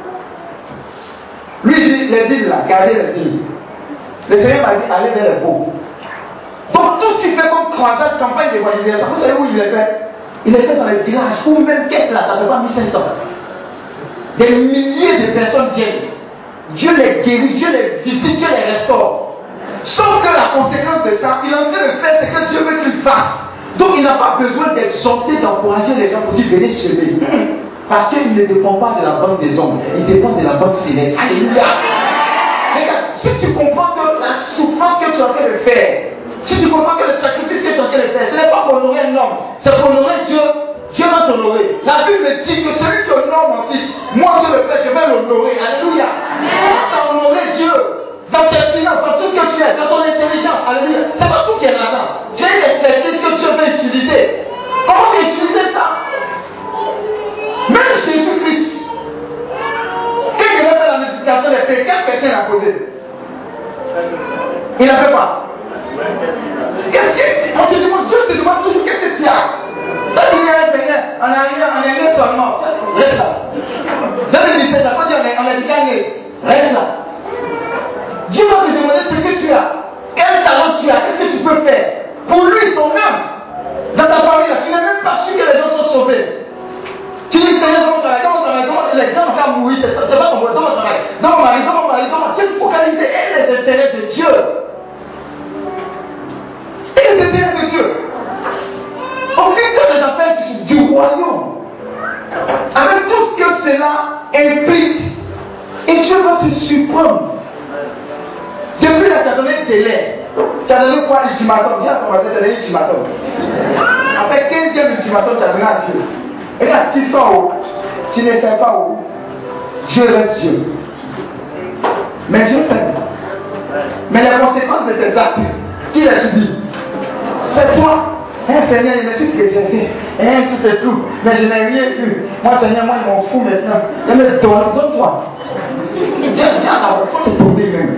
Lui dit, les Bibles là, gardez les Bibles. Le Seigneur m'a dit, allez vers les pauvres. Donc tout ce qu'il fait comme croisade, campagne d'évangélisation, vous savez où il est fait? Il est fait dans les villages, ou même qu'est-ce là, ça ne fait pas 1500. Des milliers de personnes viennent. Dieu les guérit, Dieu les visite, Dieu les restaure. Sauf que la conséquence de ça, il est en train de faire ce que Dieu veut qu'il fasse. Donc il n'a pas besoin d'exhorter, d'encourager les gens pour dire venez semer. Parce qu'il ne dépend pas de la banque des hommes, il dépend de la banque céleste. Alléluia. Regarde, si tu comprends que la souffrance que tu es en train de faire, si tu comprends que le sacrifice que tu es en train de faire, ce n'est pas pour honorer un homme, c'est pour honorer Dieu. Dieu va t'honorer. La Bible me dit que celui qui honore mon fils, moi je le fais, je vais l'honorer. Alléluia. Commence à honorer Dieu dans tes finances, dans tout ce que tu es, dans ton intelligence. Alléluia. C'est pas tout qui est l'argent. Tu as une expertise que Dieu veut utiliser. Comment tu utilises ça? Même Jésus-Christ, quand il a fait la multiplication des paix, quelle personne a posé? Il n'a fait pas. Qu'est-ce que quand tu demandes, Dieu te demande toujours qu'est-ce que tu as? Ça dit, Seigneur, on a gagné seulement. Reste là. 2017, après dire on a gagné. Reste là. Dieu va te demander ce que tu as. Quel talent tu as? Qu'est-ce que tu peux faire? Pour lui, son âme. Dans ta famille, tu n'es même pas sûr que les gens sont sauvés. Tu dis, Seigneur, dans mon travail, les gens vont mourir, c'est pas ton problème, dans mon travail. Dans mon mari, tu es focalisé et les intérêts de Dieu. Et les intérêts de Dieu. Occupe-toi des affaires du royaume. Avec tout ce que cela implique. Et Dieu va te surprendre. Depuis là, tu as donné un délai. Tu as donné quoi? L'ultimatum. Viens commencer à donner l'ultimatum. Après 15e ultimatum, tu as donné à Dieu. Et là, tu fais où? Tu ne fais pas où? Dieu reste Dieu. Mais Dieu fait. Mais les conséquences de tes actes, qui les subit? C'est toi. Seigneur, il me dit que j'ai fait. Tout et tout. Mais je n'ai rien eu. Moi, Seigneur, moi, ils m'en fous maintenant. Il me donne-toi. Viens d'abord, il faut te prouver même.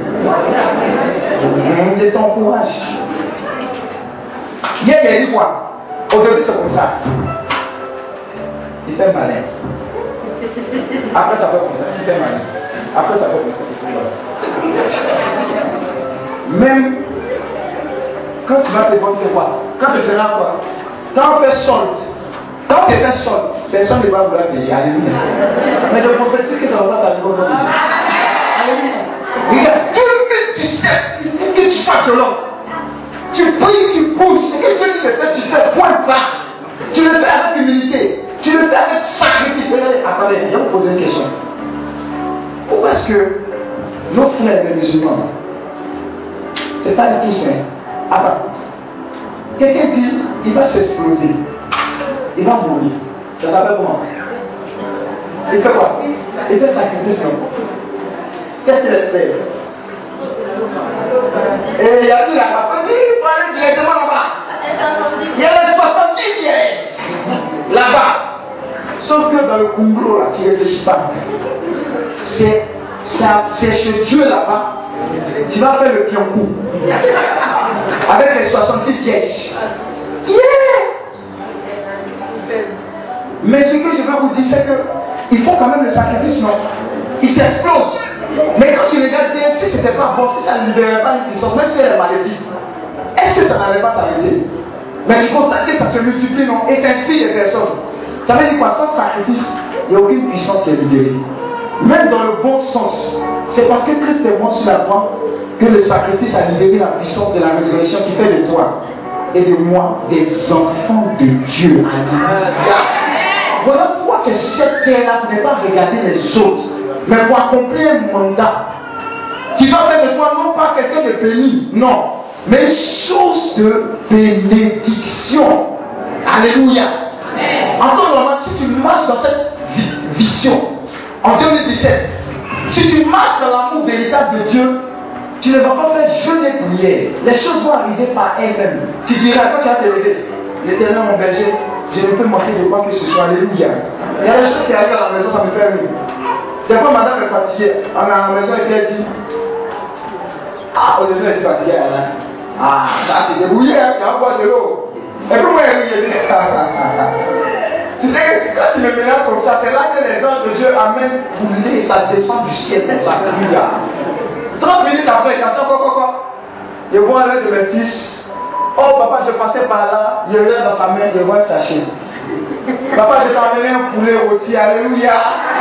C'est ton courage. Hier, il a dit quoi? Aujourd'hui, c'est comme ça. Il fait malin. Après, ça fait comme ça. Il fait malin. Après, ça fait comme ça. Même quand tu vas te vendre, c'est quoi? Quand tu seras quoi? Quand on fait solde, quand tu fais solde, personne ne va vouloir payer. Alléluia. Mais je prophétise que ça va pas t'arriver aujourd'hui. Alléluia. Regarde, tout ce que tu sais, il faut que tu fasses de l'homme. Tu pries, tu pousses. Ce que Dieu te fait, tu fais point pas. Tu le fais avec humilité. Tu le fais avec sacrifice. Attendez, je vais vous poser une question. Pourquoi est-ce que nos frères les musulmans, c'est pas du tout simple? Quelqu'un dit, il va s'exploser. Il va mourir. Ça s'appelle comment? Il fait quoi? Il fait sacrifice. Qu'est-ce qu'il fait? Et il y a tout là-bas. Il faut aller directement là-bas. Il y a les 70 pièces là-bas. Sauf que dans le Congo, là, tu ne réfléchis pas. C'est chez Dieu là-bas. Tu vas faire le pion-coup. Avec les 70 pièges. Yeah! Mais ce que je vais vous dire, c'est qu'il faut quand même le sacrifice, non? Il s'explose. Mais quand tu regardes bien, si ce n'était pas bon, si ça ne libérait pas une puissance, même si elle est maléfique, est-ce que ça n'allait pas s'arrêter? Mais tu constates que ça se multiplie, non? Et ça inspire les personnes. Ça veut dire quoi? Sans sacrifice, il n'y a aucune puissance qui est libérée. Même dans le bon sens. C'est parce que Christ est mort sur la croix que le sacrifice a libéré la puissance de la résurrection qui fait de toi et de moi des enfants de Dieu. Voilà pourquoi que cette terre-là ne n'est pas regarder les autres, mais pour accomplir un mandat qui va faire de toi non pas quelqu'un de béni, non, mais une source de bénédiction. Alléluia. En temps normal, si tu marches dans cette vision, en 2017, si tu marches dans l'amour véritable de Dieu, tu ne vas pas faire jeûne et prière. Les choses vont arriver par elles-mêmes. Tu diras, quand tu vas te lever, l'Éternel mon berger, je ne peux manquer de quoi que ce soit. Alléluia. Il y a des choses qui arrivent à la maison, ça me fait rire. Des fois, madame est fatiguée. À la maison, elle dit, ah, aujourd'hui, elle est fatiguée. Hein? Ah, ça s'est débrouillé, hein? Tu vas boire de l'eau. Et comment elle dit? Tu sais que quand tu me mélanges comme ça, c'est là que les anges de Dieu amènent poulet et ça descend du ciel comme ça. 30 minutes après, j'entends quoi. Je vois l'un de mes fils. Oh papa, je passais par là, il y avait dans sa main, je vois un sachet. Papa, je t'ai amené un poulet rôti, alléluia.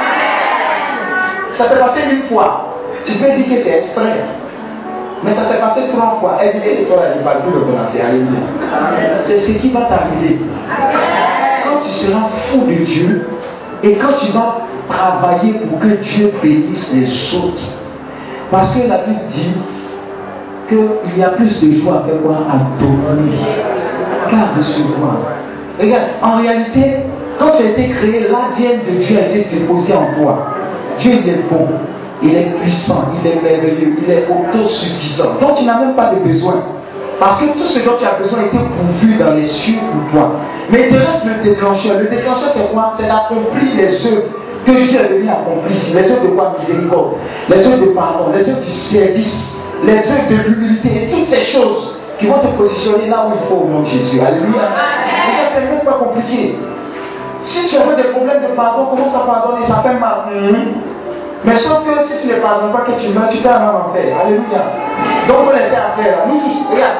Ça s'est passé une fois. Tu peux dire que c'est exprès. Mais ça s'est passé 3 fois. Elle dit, et toi, elle ne parle plus de commencer, alléluia. C'est ce qui va t'arriver. Quand tu seras fou de Dieu et quand tu vas travailler pour que Dieu bénisse les autres. Parce que la Bible dit qu'il y a plus de joie à faire quoi? À donner qu'à recevoir. Regarde, en réalité, quand tu as été créé, l'ADN de Dieu a été déposé en toi. Dieu il est bon, il est puissant, il est merveilleux, il est autosuffisant. Donc tu n'as même pas de besoin. Parce que tout ce dont tu as besoin était pourvu dans les cieux pour toi. Mais il te reste le déclencheur. Le déclencheur c'est quoi? C'est d'accomplir les œuvres que Dieu est venu accomplir. Les œuvres de quoi? Miséricorde, les œuvres de pardon, les œuvres du service, les œuvres de l'humilité et toutes ces choses qui vont te positionner là où il faut au nom de Jésus. Alléluia. Et c'est même pas compliqué. Si tu as des problèmes de pardon, commence à pardonner, ça fait mal. Mais sauf que si tu ne pardonnes pas que tu meurs, tu t'as un en enfer. Alléluia. Donc on laisse à faire. Nous tous, regarde.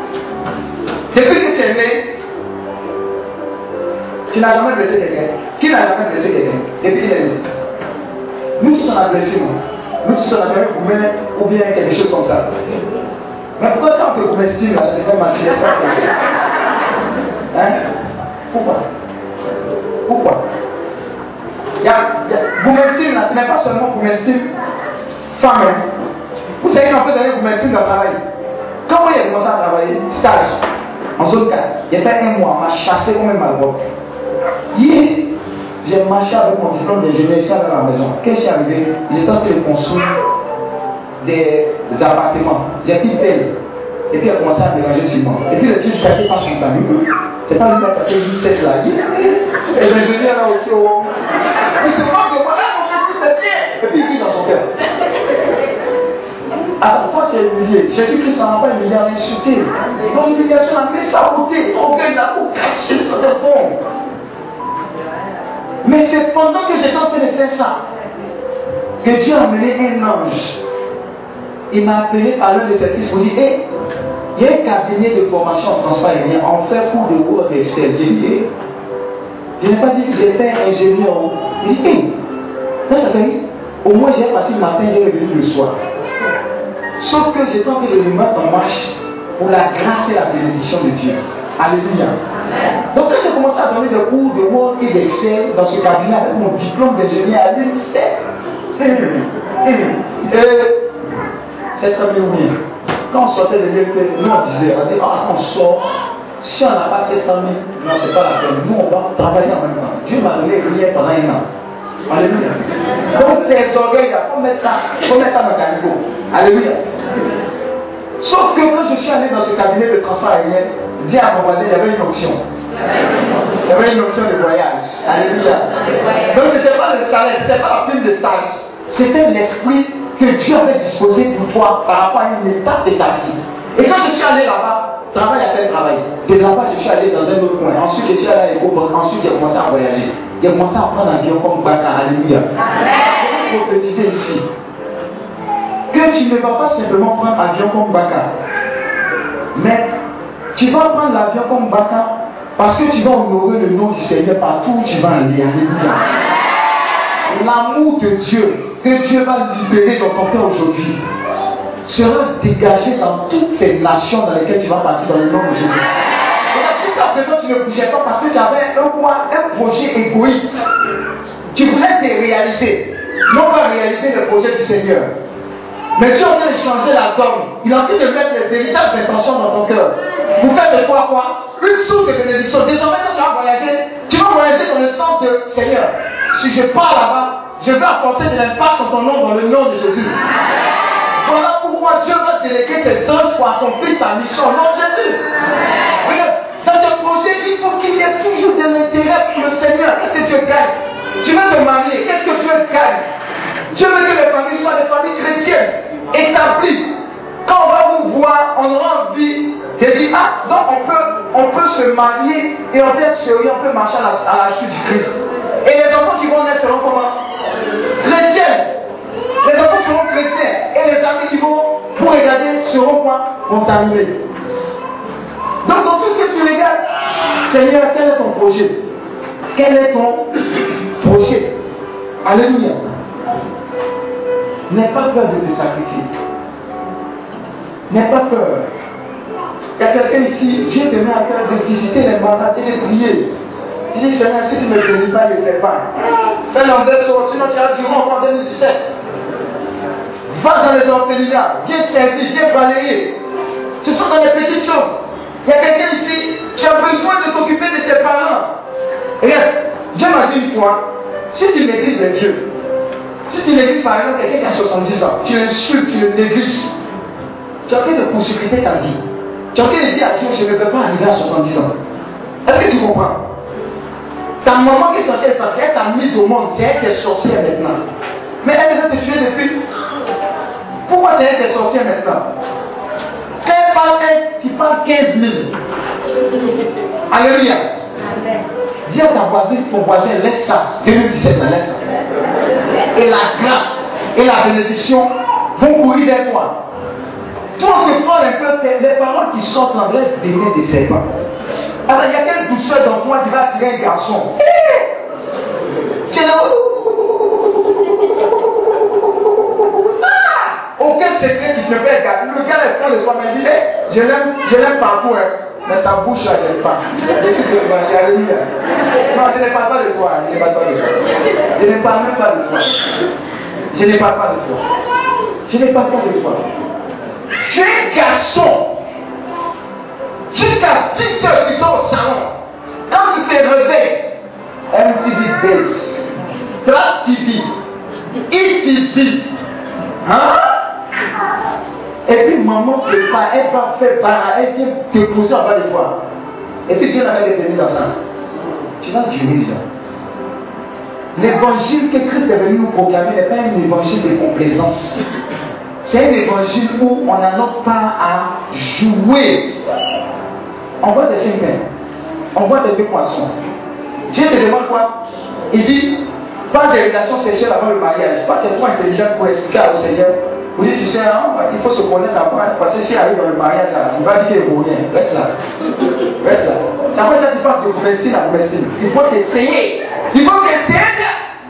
Depuis que tu es né, tu n'as jamais blessé quelqu'un. Qui n'a jamais blessé quelqu'un? Depuis qu'il est né. Nous tous on a blessé, nous tous on a fait gourmet ou bien quelque chose comme ça. Mais pourquoi quand on te comestible, ça te fait mentir? Hein? Pourquoi? Goumestime, ce n'est pas seulement Goumestime femme. Vous savez qu'on peut donner Goumestime dans le travail. Quand moi j'ai commencé à travailler, stage, en zone 4, j'ai fait 1 mois, on m'a chassé comme un malbon. Hier, j'ai marché avec mon diplôme d'ingénieur ici dans la maison. Qu'est-ce qui est arrivé? Ils étaient en train de construire des appartements. J'ai pris pelle. Et puis elle a commencé à mélanger sur moi. Et puis le juge caché par son famille. C'est pas lui qui a fait 17 là. Et l'ingénieur là aussi au. Il se moque de moi, là, mon fils, c'est bien. Et puis il vit dans son cœur. Alors, toi, tu es humilié. Jésus-Christ n'en a pas humilié en insulté. Donc, l'humiliation a mis ça à côté. On gagne la peau cachée, ça c'est bon. Mais c'est pendant que j'étais en train de faire ça que Dieu a amené un ange. Il m'a appelé par l'un de ses fils pour dire, hey, il y a un cabinet de formation en transport aérien, on fait cours de Word Excel. Je n'ai pas dit que j'étais ingénieur. Il dit, hey, là ça fait, au moins j'ai parti le matin, j'ai revenu le soir. Sauf que j'étais en train de me mettre en marche pour la grâce et la bénédiction de Dieu. Alléluia. Donc quand j'ai commencé à donner des cours de Word et d'Excel dans ce cabinet avec mon diplôme d'ingénieur à l'UNICEF, 700 000 oui. Quand on sortait de l'EP, nous on disait, on sort, si on n'a pas 700 000, non, c'est pas la peine. Nous on va travailler en même temps. Dieu m'a donné rien pendant 1 an. Alléluia. Donc tes orgueils, il faut mettre ça dans le caniveau. Alléluia. Sauf que quand je suis allé dans ce cabinet de transport aérien, dis à mon voisin, il y avait une option. Il y avait une option de voyage. Alléluia. Donc ce n'était pas le salaire, ce n'était pas la prime de stage. C'était l'esprit que Dieu avait disposé pour toi par rapport à une étape de ta vie. Et quand je suis allé là-bas, travail après travail. De là-bas, je suis allé dans un autre coin. Ensuite, je suis allé à l'éco-banque. Ensuite, j'ai commencé à voyager. J'ai commencé à prendre un avion comme Baka. Alléluia. Je vais prophétiser ici. Que tu ne vas pas simplement prendre l'avion comme Baka. Mais tu vas prendre l'avion comme Baka parce que tu vas honorer le nom du Seigneur partout où tu vas aller. Alléluia. L'amour de Dieu, que Dieu va libérer dans ton cœur aujourd'hui, sera dégagé dans toutes ces nations dans lesquelles tu vas partir dans le nom de Jésus. Et jusqu'à présent, tu ne bougeais pas parce que tu avais un projet égoïste. Tu voulais te réaliser, non pas réaliser le projet du Seigneur. Mais Dieu est en train de changer la donne. Il est en train de mettre les véritables intentions dans ton cœur. Vous faites de quoi? Une source de bénédiction. Désormais, quand tu vas voyager dans le sens de Seigneur. Si je pars là-bas, je vais apporter de l'impact en ton nom dans le nom de Jésus. Voilà pourquoi Dieu va déléguer tes anges pour accomplir ta mission au nom de Jésus. Regarde, dans tes projets, il faut qu'il y ait toujours de l'intérêt pour le Seigneur. Qu'est-ce que Dieu gagne? Tu veux te marier, qu'est-ce que Dieu gagne? Dieu veut que les familles soient des familles chrétiennes, établies. Quand on va vous voir, on aura envie de dire, ah, donc on peut se marier et on peut être sérieux, on peut marcher à la chute du Christ. Et les enfants qui vont naître seront comment? Chrétiens. Les enfants seront chrétiens. Et les amis qui vont vous regarder seront quoi? Contaminés. Donc dans tout ce que tu regardes, Seigneur, quel est ton projet? Quel est ton projet? Alléluia. N'aie pas peur de te sacrifier. N'aie pas peur. Il y a quelqu'un ici, Dieu te met à cœur de visiter les malades et de prier. Il dit, Seigneur, si tu ne me bénis pas, je ne fais pas. Fais l'inversion, sinon tu as du monde en 2017. Va dans les orphelinats, viens servir, viens balayer. Ce sont dans les petites choses. Il y a quelqu'un ici, tu as besoin de t'occuper de tes parents. Regarde, Dieu m'a dit une fois, si tu négliges les vieux, si tu négliges par exemple quelqu'un qui a 70 ans, tu l'insultes, tu le négliges, tu es en train de consécrer ta vie. Tu es en train de dire à Dieu, je ne peux pas arriver à 70 ans. Est-ce que tu comprends? Ta maman qui est sortie de passer, elle t'a mise au monde, c'est elle qui est sorcière maintenant. Mais elle veut te tuer depuis. Pourquoi c'est elle qui est sorcière maintenant? Quand elle parle, tu parles 15 000. Alléluia. Dis à ta voisine, ton voisin, laisse ça. 2017, laisse ça. Et la grâce et la bénédiction vont courir vers toi. Toi, tu prends un peu les paroles qui sortent en l'air venaient des serpents. Alors, il y a quelle douceur dans toi qui va attirer un garçon? Aucun secret qui te fait garder. Le gars est prend de toi, mais il dit, je l'aime partout, hein. Mais sa bouche, elle n'aime pas. Je suis de manger, alléluia. Non, je ne parle pas de toi. Je ne parle pas de toi. Je ne parle même pas de toi. Je ne parle pas de toi. Je ne parle pas de toi. Tu es un garçon. Jusqu'à 10 heures, tu dors au salon. Quand tu te réveilles, MTV Base, Class TV, ETV, hein? Et puis maman prépare, elle va faire barre, elle vient te pousser en bas de toi. Et puis tu n'as pas détenu dans ça. Tu vas durer là. L'évangile que Christ est venu nous proclamer n'est pas un évangile de complaisance. C'est un évangile où on n'a pas à jouer. On voit des 5 pains, on voit des 2 poissons. Dieu te demande quoi? Il dit, pas de relations sexuelles avant le mariage. Pas que tu es trop intelligent pour expliquer au Seigneur. Vous dites, tu sais, hein, il faut se connaître avant, parce que si arrive dans le mariage, là, il va dire qu'il est bon. Reste là. Reste là. C'est après ça que tu passes de médecine à médecine. Il faut t'essayer. Il faut t'essayer.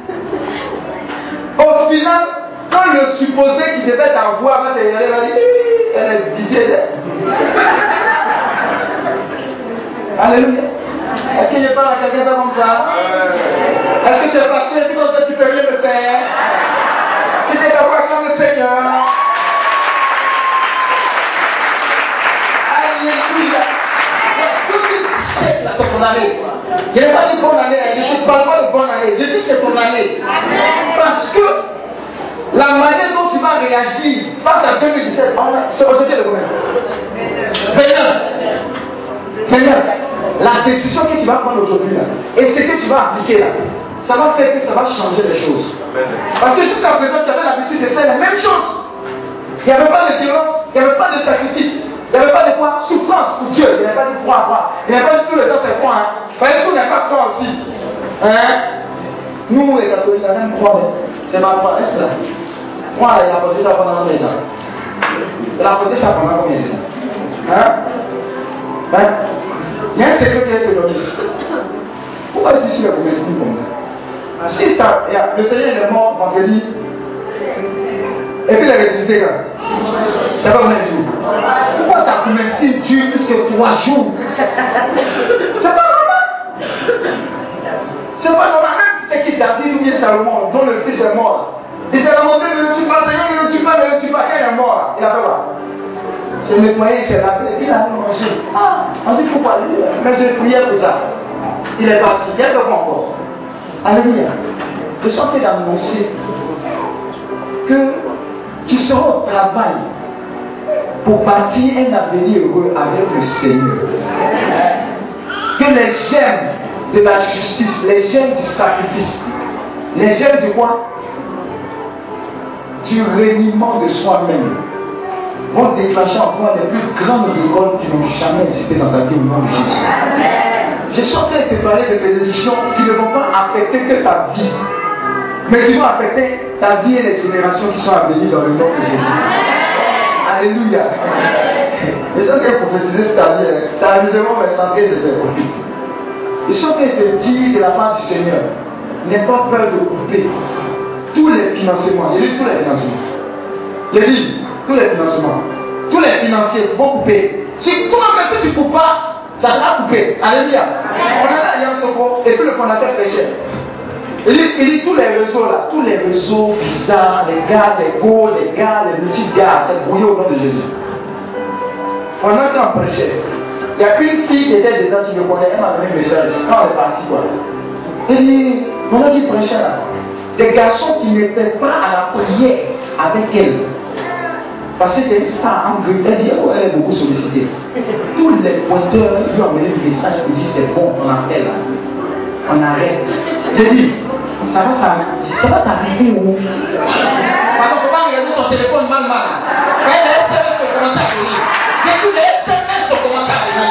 Au final, quand le supposé qui devait t'avoir va te regarder, va dire, elle est vidée. Alléluia. Est-ce que je parle à quelqu'un comme ça? Est-ce que tu es fâché? Est-ce que tu peux rien me faire? Si tu es d'accord comme le Seigneur. Alléluia. C'est ton année. Je n'ai pas dit bonne année. Je ne parle pas de bonne année. Je dis c'est ton année. Parce que la manière dont tu vas réagir face à 2017, c'est aujourd'hui le gouvernement. Seigneur, la décision que tu vas prendre aujourd'hui là, et ce que tu vas appliquer là, ça va faire que ça va changer les choses. Parce que jusqu'à présent, tu avais l'habitude de faire la même chose. Il n'y avait pas de violence, il n'y avait pas de sacrifice, il n'y avait pas de quoi souffrance pour Dieu, il n'y avait pas de croix à croix, il n'y avait pas de tout le temps c'est croix. Parce que tout n'est pas croix aussi. Nous, les catholiques, la même croix, c'est ma croix, est-ce là? Moi, il a porté ça pendant combien de temps? Il a porté ça pendant combien de temps? Il y a un secret qui est donné. Pourquoi est-ce que tu as commis comme ça? Si le Seigneur est mort vendredi, et puis il est ressuscité quand? Ça va combien de jours? Pourquoi ta promesse dure plus que 3 jours? C'est pas normal. C'est pas normal. Même ce qui David ou bien Salomon, dont le fils est mort, il s'est demandé ne le tue pas, Seigneur, ne le tue pas, ne le tue pas. Quand il est mort, il a fait quoi? C'est nettoyé, c'est lavé, et puis il a mangé. On dit pourquoi? Mais j'ai prié pour ça. Il est parti, il y a de quoi encore. Alléluia. Je suis en train d'annoncer que tu seras au travail pour bâtir un avenir heureux avec le Seigneur. Que les gemmes de la justice, les gemmes du sacrifice, les gemmes de quoi? Du reniement de soi-même vont déclencher en toi les plus grandes récoltes qui n'ont jamais existé dans ta vie au nom de Jésus. Je suis en train de te parler de bénédictions qui ne vont pas affecter que ta vie, mais qui vont affecter ta vie et les générations qui sont à venir dans le nom de Jésus. Alléluia. Je suis en train de prophétiser cette année, c'est amusement, mais sans que c'était. Je suis en train de te dire de la part du Seigneur, n'aie pas peur de couper tous les financements. Il dit tous les financements. Il dit tous les financements. Tous les financiers vont couper. Si toi-même, si tu ne coupes pas, ça sera coupé. Alléluia. On est là, il y a un secours, et puis le fondateur prêchait. Il dit tous les réseaux là, tous les réseaux bizarres, les gars, les go, les gars, les multi-gars, c'est brouillé au nom de Jésus. Pendant qu'on prêchait, il y a une fille qui était dedans qui me connaît, elle m'a donné un message quand on est parti quoi. Il dit, pendant qu'il prêchait là, des garçons qui n'étaient pas à la prière avec elle. Parce que c'est une star en gris, elle dit, oh, elle est beaucoup sollicitée. Tous les pointeurs lui ont amené le message pour dire c'est bon, on appelle là. On arrête. J'ai dit, ça va t'arriver où? Pardon, faut pas regarder ton téléphone mal. Quand les SMS ont commencé à venir, j'ai dit les SMS ont commencé à venir.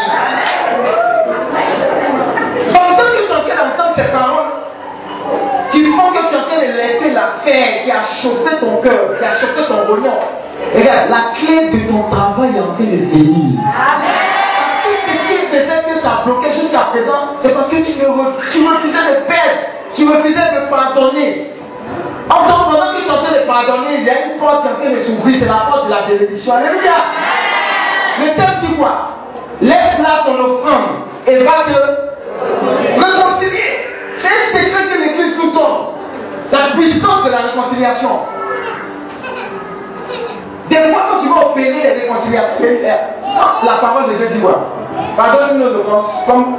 Pendant que tu es en train d'entendre ces paroles, qui font que tu es en train de laisser la paix qui a chauffé ton cœur, qui a chauffé ton rognon. Regarde, la clé de ton travail est en train de venir. Amen. Ce qui faisait que ça bloquait jusqu'à présent, c'est parce que tu refusais de perdre, tu refusais de pardonner. Pendant que tu es en train de pardonner, il y a une porte qui est en train de s'ouvrir, c'est la porte de la bénédiction. Alléluia. Le texte dit quoi? Laisse là ton offrande et va te réconcilier. C'est un secret que l'Église nous donne. La puissance de la réconciliation. Des fois, quand tu vas opérer les réconciliations, la parole de Dieu dit quoi? Pardonne nos offenses comme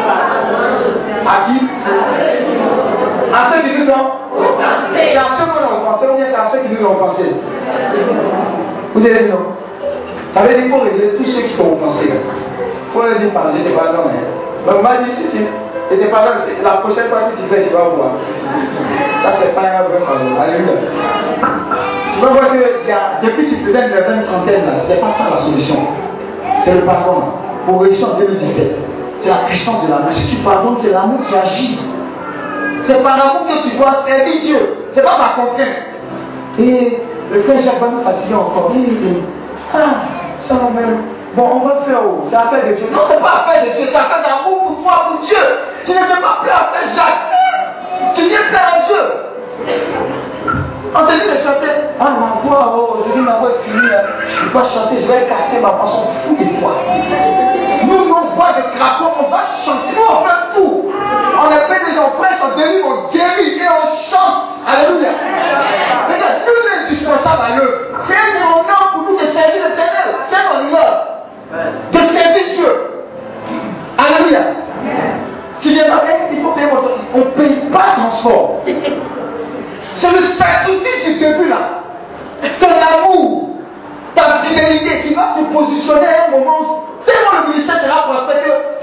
à qui? À ceux qui nous ont. C'est à ceux qui nous ont offensés ou bien c'est à ceux qui nous ont offensés? Vous avez dit non? Ça veut dire qu'il faut régler tous ceux qui t'ont offensé. Il faut leur dire pardon, je te pardonne. Donc, on m'a dit si, je te pardonne, la prochaine fois si tu fais, tu vas voir. Ça, c'est pas un vrai pardon. Alléluia. Tu vas voir que depuis que tu faisais une trentaine, ce n'est pas ça la solution. C'est le pardon. Pour réussir en 2017, c'est la puissance de l'amour. Si tu pardonnes, c'est l'amour qui agit. C'est par l'amour que tu dois servir Dieu. C'est pas par contrainte. Et le frère Jacques va nous fatiguer encore. Il dit, ça va même. Bon, on va faire où? C'est affaire de Dieu. Non, c'est pas affaire de Dieu, c'est affaire d'amour pour toi, pour Dieu. Tu ne fais pas plus affaire Jacques. Tu viens faire un jeu. On te dit de chanter. Ma voix, aujourd'hui ma voix est finie. Je ne peux pas chanter, je vais casser ma voix. On s'en fout de toi. Nous, nos voix de crapaud, on va chanter. Nous, on fait tout. On a fait des gens prêches, on délivre, on guérit et on chante. Alléluia. Regarde, nul n'est indispensable à eux. C'est un honneur pour nous de servir l'Éternel. C'est un honneur de servir Dieu. Alléluia. Tu viens pas, il faut payer votre. On ne paye pas transport. C'est le sacrifice du début là. Ton amour, ta fidélité qui va te positionner à un moment tellement le ministère sera prospère que tu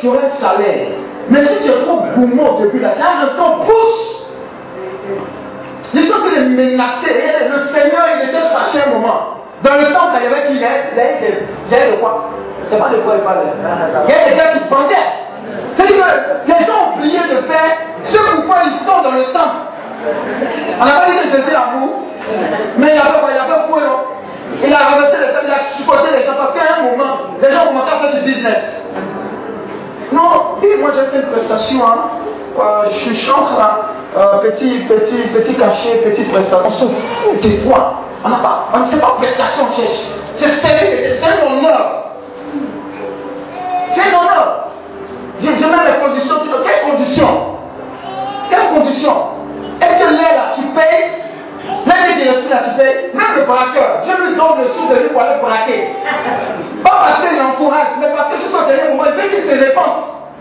tu auras un salaire. Mais si tu es trop gourmand depuis là, le temps pousse. L'histoire que les menacés, le Seigneur, il était fâché un moment. Dans le temps, il y avait qui? Il y avait de quoi? C'est pas de quoi il parle. Il y a des gars qui pendaient. C'est-à-dire que les gens ont oublié de faire ce pourquoi ils sont dans le temple. On n'a pas dit que Jésus à vous, mais il a fait quoi? Il a renversé les femmes, il a chipoté les gens parce qu'à un moment, les gens commençaient à faire du business. Non, et moi j'ai fait une prestation, je chante là, petit cachet, petite prestation, on se fout des fois. On ne sait pas prestation, c'est sérieux, c'est un honneur. C'est un honneur. Je mets les conditions, quelles conditions? Quelles conditions? Est-ce que l'air là, tu payes? Même les directions là, tu payes? Même le braqueur, je lui donne le sou de lui pour aller braquer. Pas parce qu'il encourage, mais parce que jusqu'au dernier moment, il veut qu'il se répande.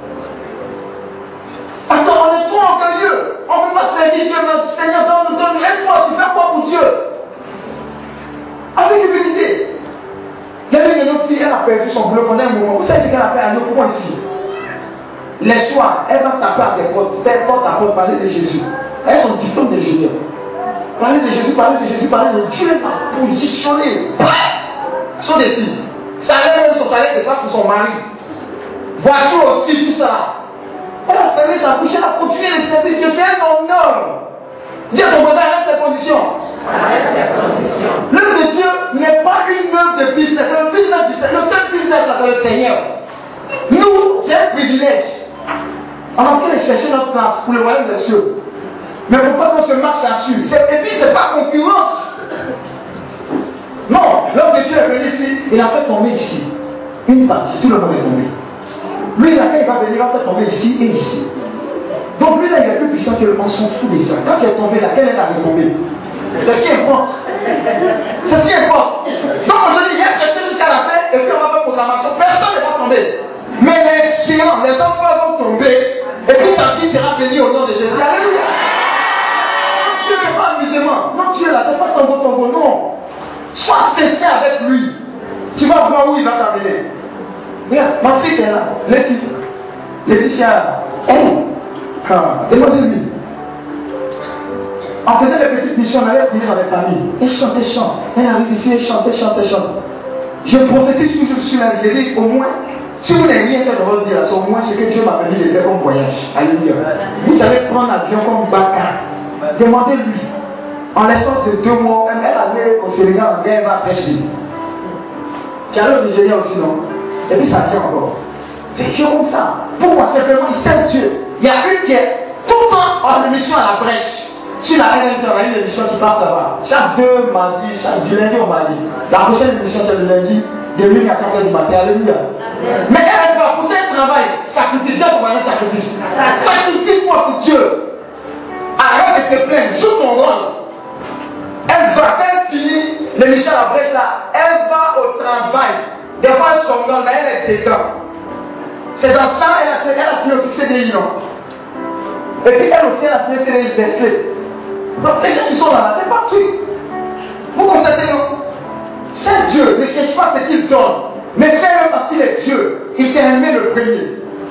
Attends, on est trop orgueilleux. On ne peut pas servir Dieu, mais Seigneur, donne, aide-moi, tu fais quoi pour Dieu? Avec humilité. Il y a une autre fille, elle a perdu son boulot pendant un moment. Vous savez ce qu'elle a fait à notre point ici? Les soirs, elle va taper à des portes, faire porte à porte, parler de Jésus. Elle a son diplôme d'ingénieur. Parler de Jésus, parler de Jésus, parler de Dieu, elle va positionner. Son décide. Salaire, même son salaire, c'est pas pour son mari. Voiture aussi, tout ça. Elle a fermé sa bouche, elle a continué les services. Dieu, c'est un honneur. Dis à ton voisin, reste ses conditions. L'œuvre de Dieu n'est pas une œuvre de business, c'est un business du Seigneur. Le seul business, c'est le Seigneur. Nous, c'est un privilège. On a pu aller chercher notre place pour le royaume des cieux. Mais pourquoi qu'on se marche là-dessus? Et puis, c'est pas concurrence. Non, l'homme de Dieu est venu ici, il a fait tomber ici. Une partie, tout le monde est tombé. Lui, là, quand il va venir, il va faire tomber ici et ici. Donc lui, là, il est plus puissant que le on s'en fout des ça. Quand tu es tombé là, quelle est la retombée? C'est ce qui importe. C'est ce qui importe. Donc aujourd'hui, il y a quelqu'un jusqu'à la fin, et puis on va faire proclamation. Personne ne va tomber. Mais les géants, les enfants vont tomber, et puis ta vie sera bénie au nom de Jésus. Alléluia. Dieu n'est pas amusement. Non, Dieu là, c'est pas tombeau, non. Sois sincère avec lui. Tu vas voir où il va t'amener. Regarde, ma fille est là. Laetitia, demandez-lui. On faisait des petites missions, on allait prier dans les familles. Elle chante. Elle arrive ici, elle chante. Je prophétise toujours sur la vie. Je dis au moins, si vous n'avez rien fait dans votre vie, c'est au moins ce que Dieu m'a permis de faire comme voyage. Alléluia. Vous savez prendre l'avion comme Baka. Demandez-lui. En l'espace de 2 mois, elle allait au Sénégal, elle va prêcher. Tu allais au Nigeria aussi, non? Et puis ça vient encore. C'est Dieu comme ça. Pourquoi? Simplement, il sait Dieu. Il y a une qui est tout le temps en émission à la brèche. Si la RNC, on a une émission qui passe là-bas. Chaque 2 mardis, du lundi au mardi. La prochaine émission, c'est le lundi, de 1h à 4h du matin. Alléluia. Mais elle va pour tel travail, sacrifice, elle va sacrifice. Sacrifice-moi pour Dieu. Arrête de te plaindre, joue ton rôle. Elle va, quand elle finit l'émission à la brèche là, elle va au travail. Des fois, elle somnole, mais elle est dedans. C'est dans ça, elle a signé aussi CDI, non? Et puis elle aussi, elle a signé CDI d'Esclé. Donc les gens qui sont là, c'est pas tout. Vous constatez, non? C'est Dieu, ne cherche pas ce qu'il donne. Mais c'est parce qu'il est Dieu. Il t'a aimé le premier.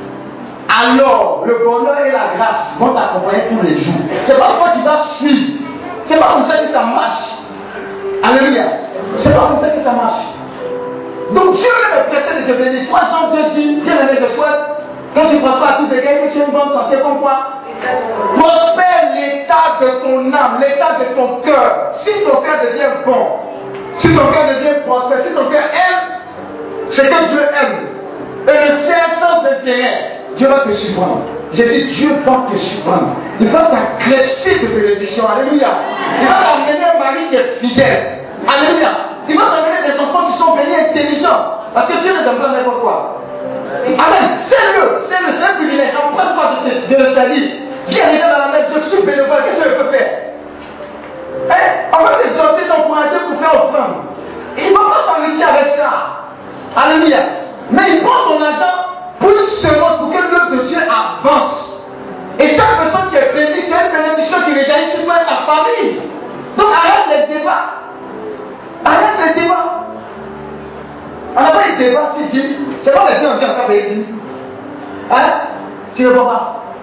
Alors, le bonheur et la grâce vont t'accompagner tous les jours. C'est pas toi qui vas suivre. C'est pas comme ça que ça marche. Alléluia. C'est pas comme ça que ça marche. Donc Dieu est le prêteur de te bénir. 302 dit, bien aimé, je souhaite, quand tu penseras à tous les gars, que tu as une bonne santé, comme quoi? Prospère l'état de ton âme, l'état de ton cœur. Si ton cœur devient bon, si ton cœur devient prospère, si ton cœur aime ce que Dieu aime, et le sert sans intérêt, Dieu va te surprendre. J'ai dit, Dieu va te surprendre. Il va t'agresser de bénédiction. Alléluia. Il va t'amener un mari qui est fidèle. Alléluia. Il va t'amener des enfants qui sont bénis, intelligents. Parce que Dieu ne donne pas n'importe quoi. Amen. C'est un privilège. On ne passe pas de le salir. Viens les gars dans la main, je suis bénévole, qu'est-ce que je peux faire? On va te sortir, t'encourager pour faire offrande. Il ne va pas s'enrichir avec ça. Alléluia. Mais il prend ton argent pour une semence, pour que l'œuvre de Dieu avance. Et chaque personne qui est bénie, c'est une bénédiction qui rejaillit sur toi et ta famille. Donc arrête les débats. Arrête les débats. On n'a pas les débats, c'est dit. C'est pas les deux, on dit encore les dit. Hein? Tu ne réponds pas.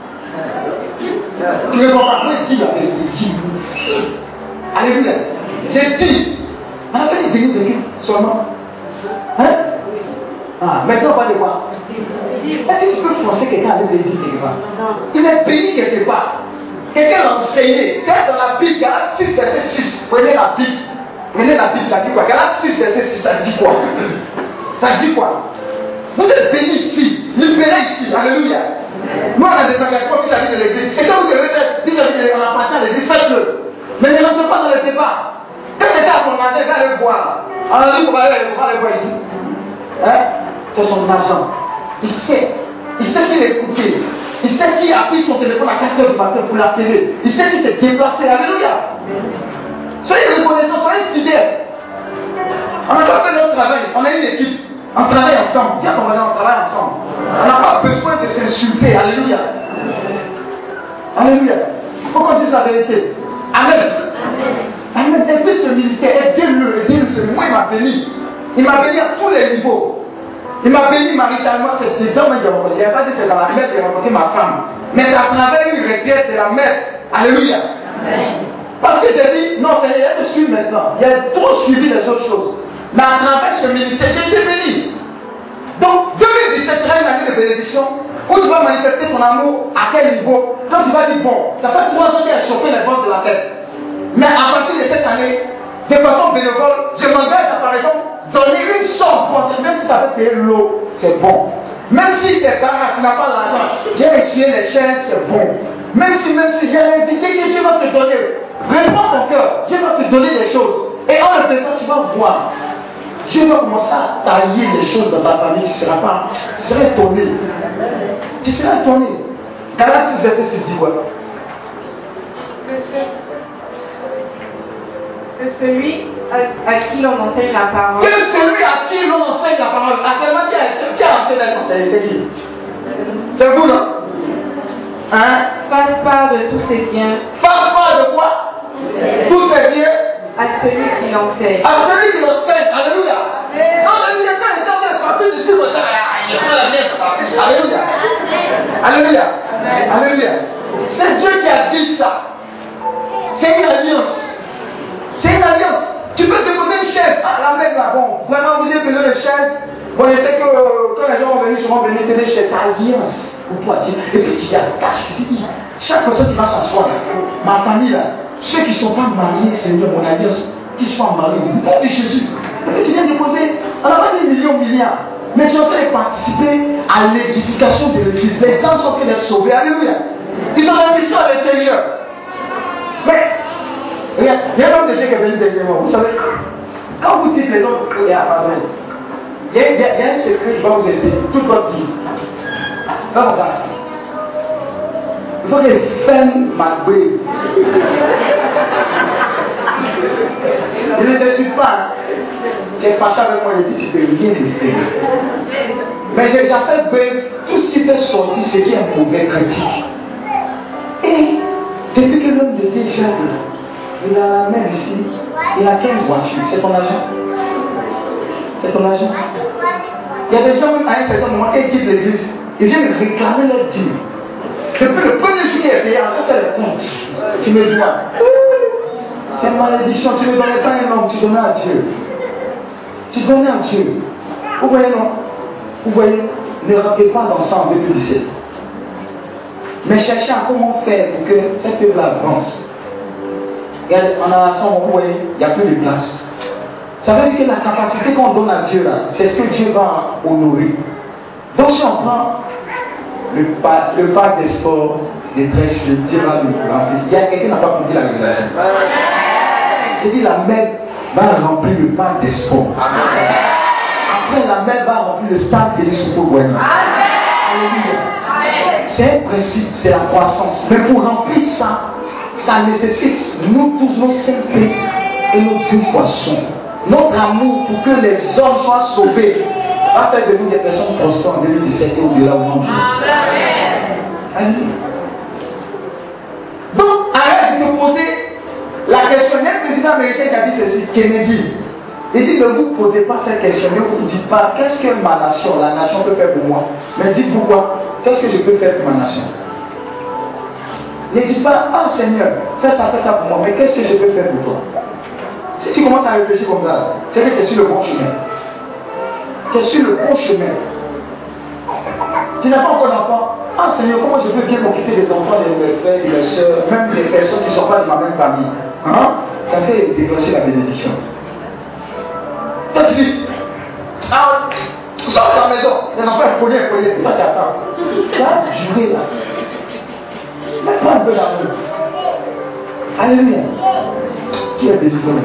Tu ne réponds pas. Oui, dis la vérité. Dis. Alléluia. J'ai dit. On a fait des bénis de qui seulement? Hein? Ah, maintenant on va le voir. Est-ce que tu peux forcer quelqu'un à aller bénir quelque part? Il est béni quelque part. Quelqu'un l'a enseigné. C'est dans la Bible, Galates 6, verset 6. Prenez la Bible. Prenez la Bible, ça dit quoi? Galates 6, verset 6, ça dit quoi? Ça dit quoi? Vous êtes bénis ici, libérés ici. Alléluia. Nous, on a des engagements vis-à-vis de l'église. C'est comme vous devez faire vis-à-vis de l'appartenance à l'église, faites-le. Mais ne rentrez pas dans le débat. Quand quelqu'un a son argent, il va le voir. On a dit qu'on va le voir ici. Hein? C'est son argent. Il sait qu'il est écouté. Il sait qu'il a pris son téléphone à 4h du matin pour l'appeler. Il sait qu'il s'est déplacé. Alléluia. Soyez reconnaissants, soyez fidèles. On a pas fait notre travail. On a une équipe. On travaille ensemble. Dis à ton voisin, on travaille ensemble. On n'a pas besoin de s'insulter. Alléluia. Alléluia. Il faut qu'on dise la vérité. Amen. Amen. Aidez ce ministère. Aidez-le. Moi, il m'a béni. Il m'a béni à tous les niveaux. Il m'a béni maritalement. C'est dans mes rencontres. Je n'avais pas dit que c'est dans la messe que j'ai rencontré ma femme. Mais c'est à travers une requête de la messe. Alléluia. Parce que j'ai dit, non, c'est elle te suit maintenant. Il y a trop suivi les autres choses. Mais à travers ce ministère, j'ai été béni. Donc, 2017 sera une année de bénédiction où tu vas manifester ton amour à quel niveau? Donc, tu vas dire, bon, ça fait 3 ans qu'il a chauffé les bosses de la tête. Mais à partir de cette année, de façon bénévole, je m'engage à, par exemple, donner une somme pour même si ça fait payer l'eau, c'est bon. Même si tes parents, tu n'as pas l'argent, j'ai essuyé les chaînes, c'est bon. Même si j'ai invité que Dieu va te donner, réponds ton cœur, Dieu va te donner des choses. Et en le faisant, tu vas voir. Dieu va commencer à tailler les choses dans ta famille, tu seras étonné. Tu seras étonné. Galates 6, verset 6 dit quoi? Que celui à qui l'on enseigne la parole. Que celui à qui l'on enseigne la parole. Actuellement, qui a enseigné la parole? C'est qui? C'est vous, non? Hein? Fasse part de tous ses biens. Fasse part de quoi? Tous ses biens. À celui qui l'enseigne. À celui qui l'enseigne. Alléluia. Non, alléluia. Quand les gens viennent partir du style, il prend la mienne. Alléluia. Alléluia. Alléluia. C'est Dieu qui a dit ça. C'est une alliance. C'est une alliance. Tu peux déposer une chaise. Ah, la même là. Bon, vraiment, vous avez besoin de chaise. Bon, je sais que quand les gens vont venir, souvent venir te des chaises. Alliance. Pour toi, Dieu. Et puis tu attaches. Tu dis, chaque personne qui va s'asseoir, ma famille là, ceux qui ne sont pas mariés, Seigneur, mon alliance, qui soient mariés, au nom de Jésus. Et puis tu viens déposer, on n'a pas dit milliards. Mais tu es en train de participer à l'édification de l'église. Les gens sont en train d'être sauvés. Alléluia. Ils ont la mission à l'intérieur. Mais, regarde, il y a un homme de Dieu qui est venu dernièrement. Vous savez, quand vous dites les autres, il y a Amen. Il y a un secret qui va vous aider toute votre vie. Comme ça. Il faut que ferme ma bouille. Il ne te suit pas. J'ai fâché avec moi, il dit tu peux rien le faire. Mais j'appelle tout ce qui peut sortir, c'est qui est un mauvais critique. Et depuis que l'homme de Dieu gère, il a la main ici, il a 15 voitures. C'est ton argent. C'est ton argent. Il y a des gens même à un certain moment qui quittent l'église, ils viennent réclamer leur dîme. Depuis le premier jour qui est payé, en fait, les comptes, tu me dois. C'est une malédiction, tu ne donnais pas un homme, tu donnais à Dieu. Tu donnais à Dieu. Vous voyez, non? Vous voyez, ne rentrez pas dans ça en 2017. Mais cherchez à comment faire pour que cette œuvre avance. Regardez, en avançant, vous voyez, il n'y a plus de place. Ça veut dire que la capacité qu'on donne à Dieu, là, c'est ce que Dieu va honorer. Donc si on prend le parc des sports, des trèches, Dieu va nous remplir. Il y a quelqu'un qui n'a pas compris la révélation. C'est dit la mer va remplir le parc des sports. Après la mer va remplir le stade Félix Houphouët-Boigny. C'est un principe, c'est la croissance. Mais pour remplir ça, ça nécessite nous tous nos saintetés et nos deux poissons. Notre amour pour que les hommes soient sauvés va faire de nous des personnes constantes en 2017 et au-delà au nom de Jésus. Donc, arrête de me poser la question. Il y a un président américain qui a dit ceci, Kennedy. Il dit ne vous posez pas cette question, ne vous dites pas qu'est-ce que ma nation, la nation peut faire pour moi. Mais dites pourquoi qu'est-ce que je peux faire pour ma nation? Ne dis pas, ah Seigneur, fais ça pour moi, mais qu'est-ce que je peux faire pour toi? Si tu commences à réfléchir comme ça, c'est que tu es sur le bon chemin. Tu es sur le bon chemin. Tu n'as pas encore d'enfant. Ah Seigneur, comment je peux bien m'occuper des enfants, de mes frères, de mes soeurs, même des personnes qui ne sont pas de ma même famille? Hein? Ça fait déclencher la bénédiction. Toi tu dis, ah, sors de ta maison, les enfants foyer. Toi tu attends. Tu as juré là. Mets-toi un peu d'amour. Alléluia. Qui est béni toi?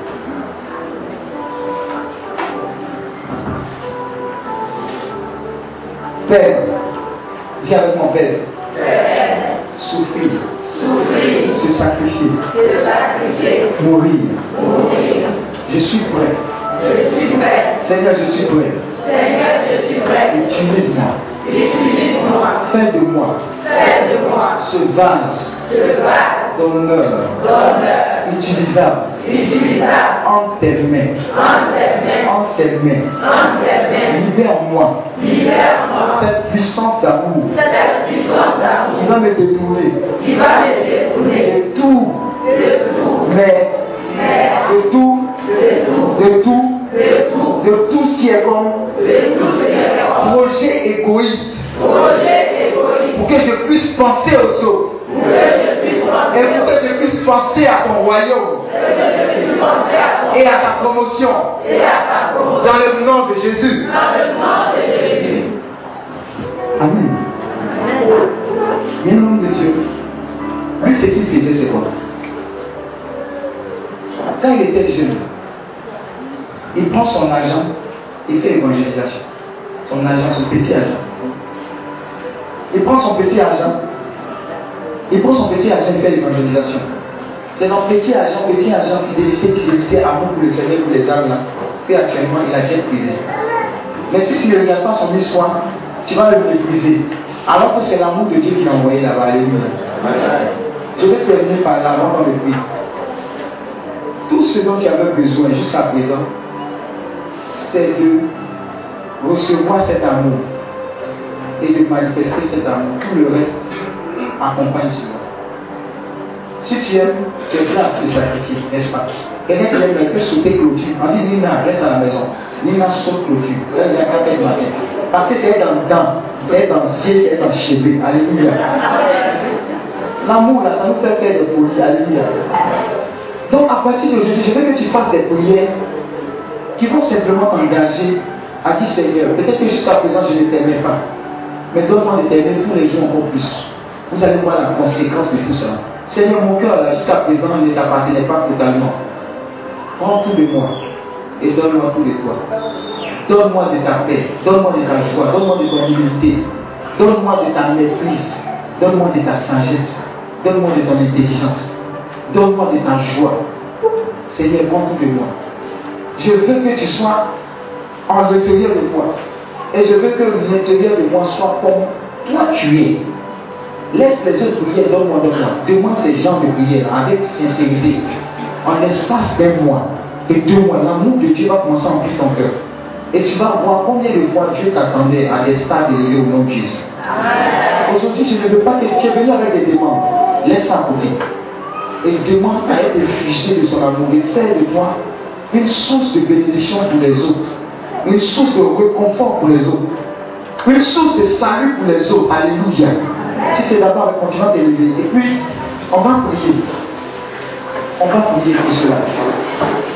Père, dis avec mon Père. Souffrir. Se sacrifier. Mourir. Je suis prêt. Seigneur, je suis prêt. Utilise-moi. Fais de moi ce vase d'honneur utilisable entre tes mains. Libère-moi cette puissance d'amour qui va me détourner de tout, de tout ce qui est comme projet égoïste, pour que je puisse penser aux autres et pour que je puisse penser à ton royaume et à ta promotion dans le nom de Jésus. Amen. Bien nom de Dieu. Lui, ce qu'il faisait, c'est quoi? Quand il était jeune, il prend son argent, il fait l'évangélisation. Son argent, son petit argent. Il prend son petit argent, il fait l'évangélisation. C'est dans petit argent, fidélité, amour pour le Seigneur, pour les âmes là, que actuellement il a déjà brisé. Mais si tu ne regardes pas son histoire, tu vas le mépriser. Alors que c'est l'amour de Dieu qui l'a envoyé là-bas. Alléluia. Je vais terminer par là, avant qu'on le prie. Tout ce dont tu avais besoin jusqu'à présent, c'est de recevoir cet amour et de manifester cet amour. Tout le reste accompagne cela. Si tu aimes, tu es prêt à te sacrifier, n'est-ce pas? Quelqu'un qui aime, il peut sauter clôture. On dit Nina, reste à la maison. Nina saute clôture. Elle vient à quel matin. Parce que c'est dans le dent, c'est dans le ciel, c'est dans le cheveu. Alléluia. L'amour là, ça nous fait faire des folies. Alléluia. Donc à partir d'aujourd'hui, je veux que tu fasses des prières qui vont simplement t'engager à dire Seigneur, peut-être que jusqu'à présent je ne t'aimais pas, mais donne-moi de t'aimer tous les jours encore plus. Vous allez voir la conséquence de tout ça. Seigneur, mon cœur là, jusqu'à présent ne t'appartenait pas totalement. Prends tout de moi et donne-moi tout de toi. Donne-moi de ta paix, donne-moi de ta joie, donne-moi de ton humilité, donne-moi de ta maîtrise, donne-moi de ta sagesse, donne-moi de ton intelligence, donne-moi de ta joie. Seigneur, prends tout de moi. Je veux que tu sois en l'intérieur de moi. Et je veux que l'intérieur de moi soit comme toi tu es. Laisse les autres prières, donne-moi. Demande ces gens de prière avec sincérité. En l'espace d'un mois et 2 mois, l'amour de Dieu va commencer à remplir ton cœur. Et tu vas voir combien de fois Dieu t'attendait à des stades élevés au nom de Jésus. Aujourd'hui, je ne veux pas que tu es venu avec des demandes. Laisse ça à côté. Et demande à être réfugié de son amour et faire de toi une source de bénédiction pour les autres. Une source de réconfort pour les autres. Une source de salut pour les autres. Alléluia. Si c'est d'abord, continue à t'élever. Et puis, on va prier. On va prier pour cela.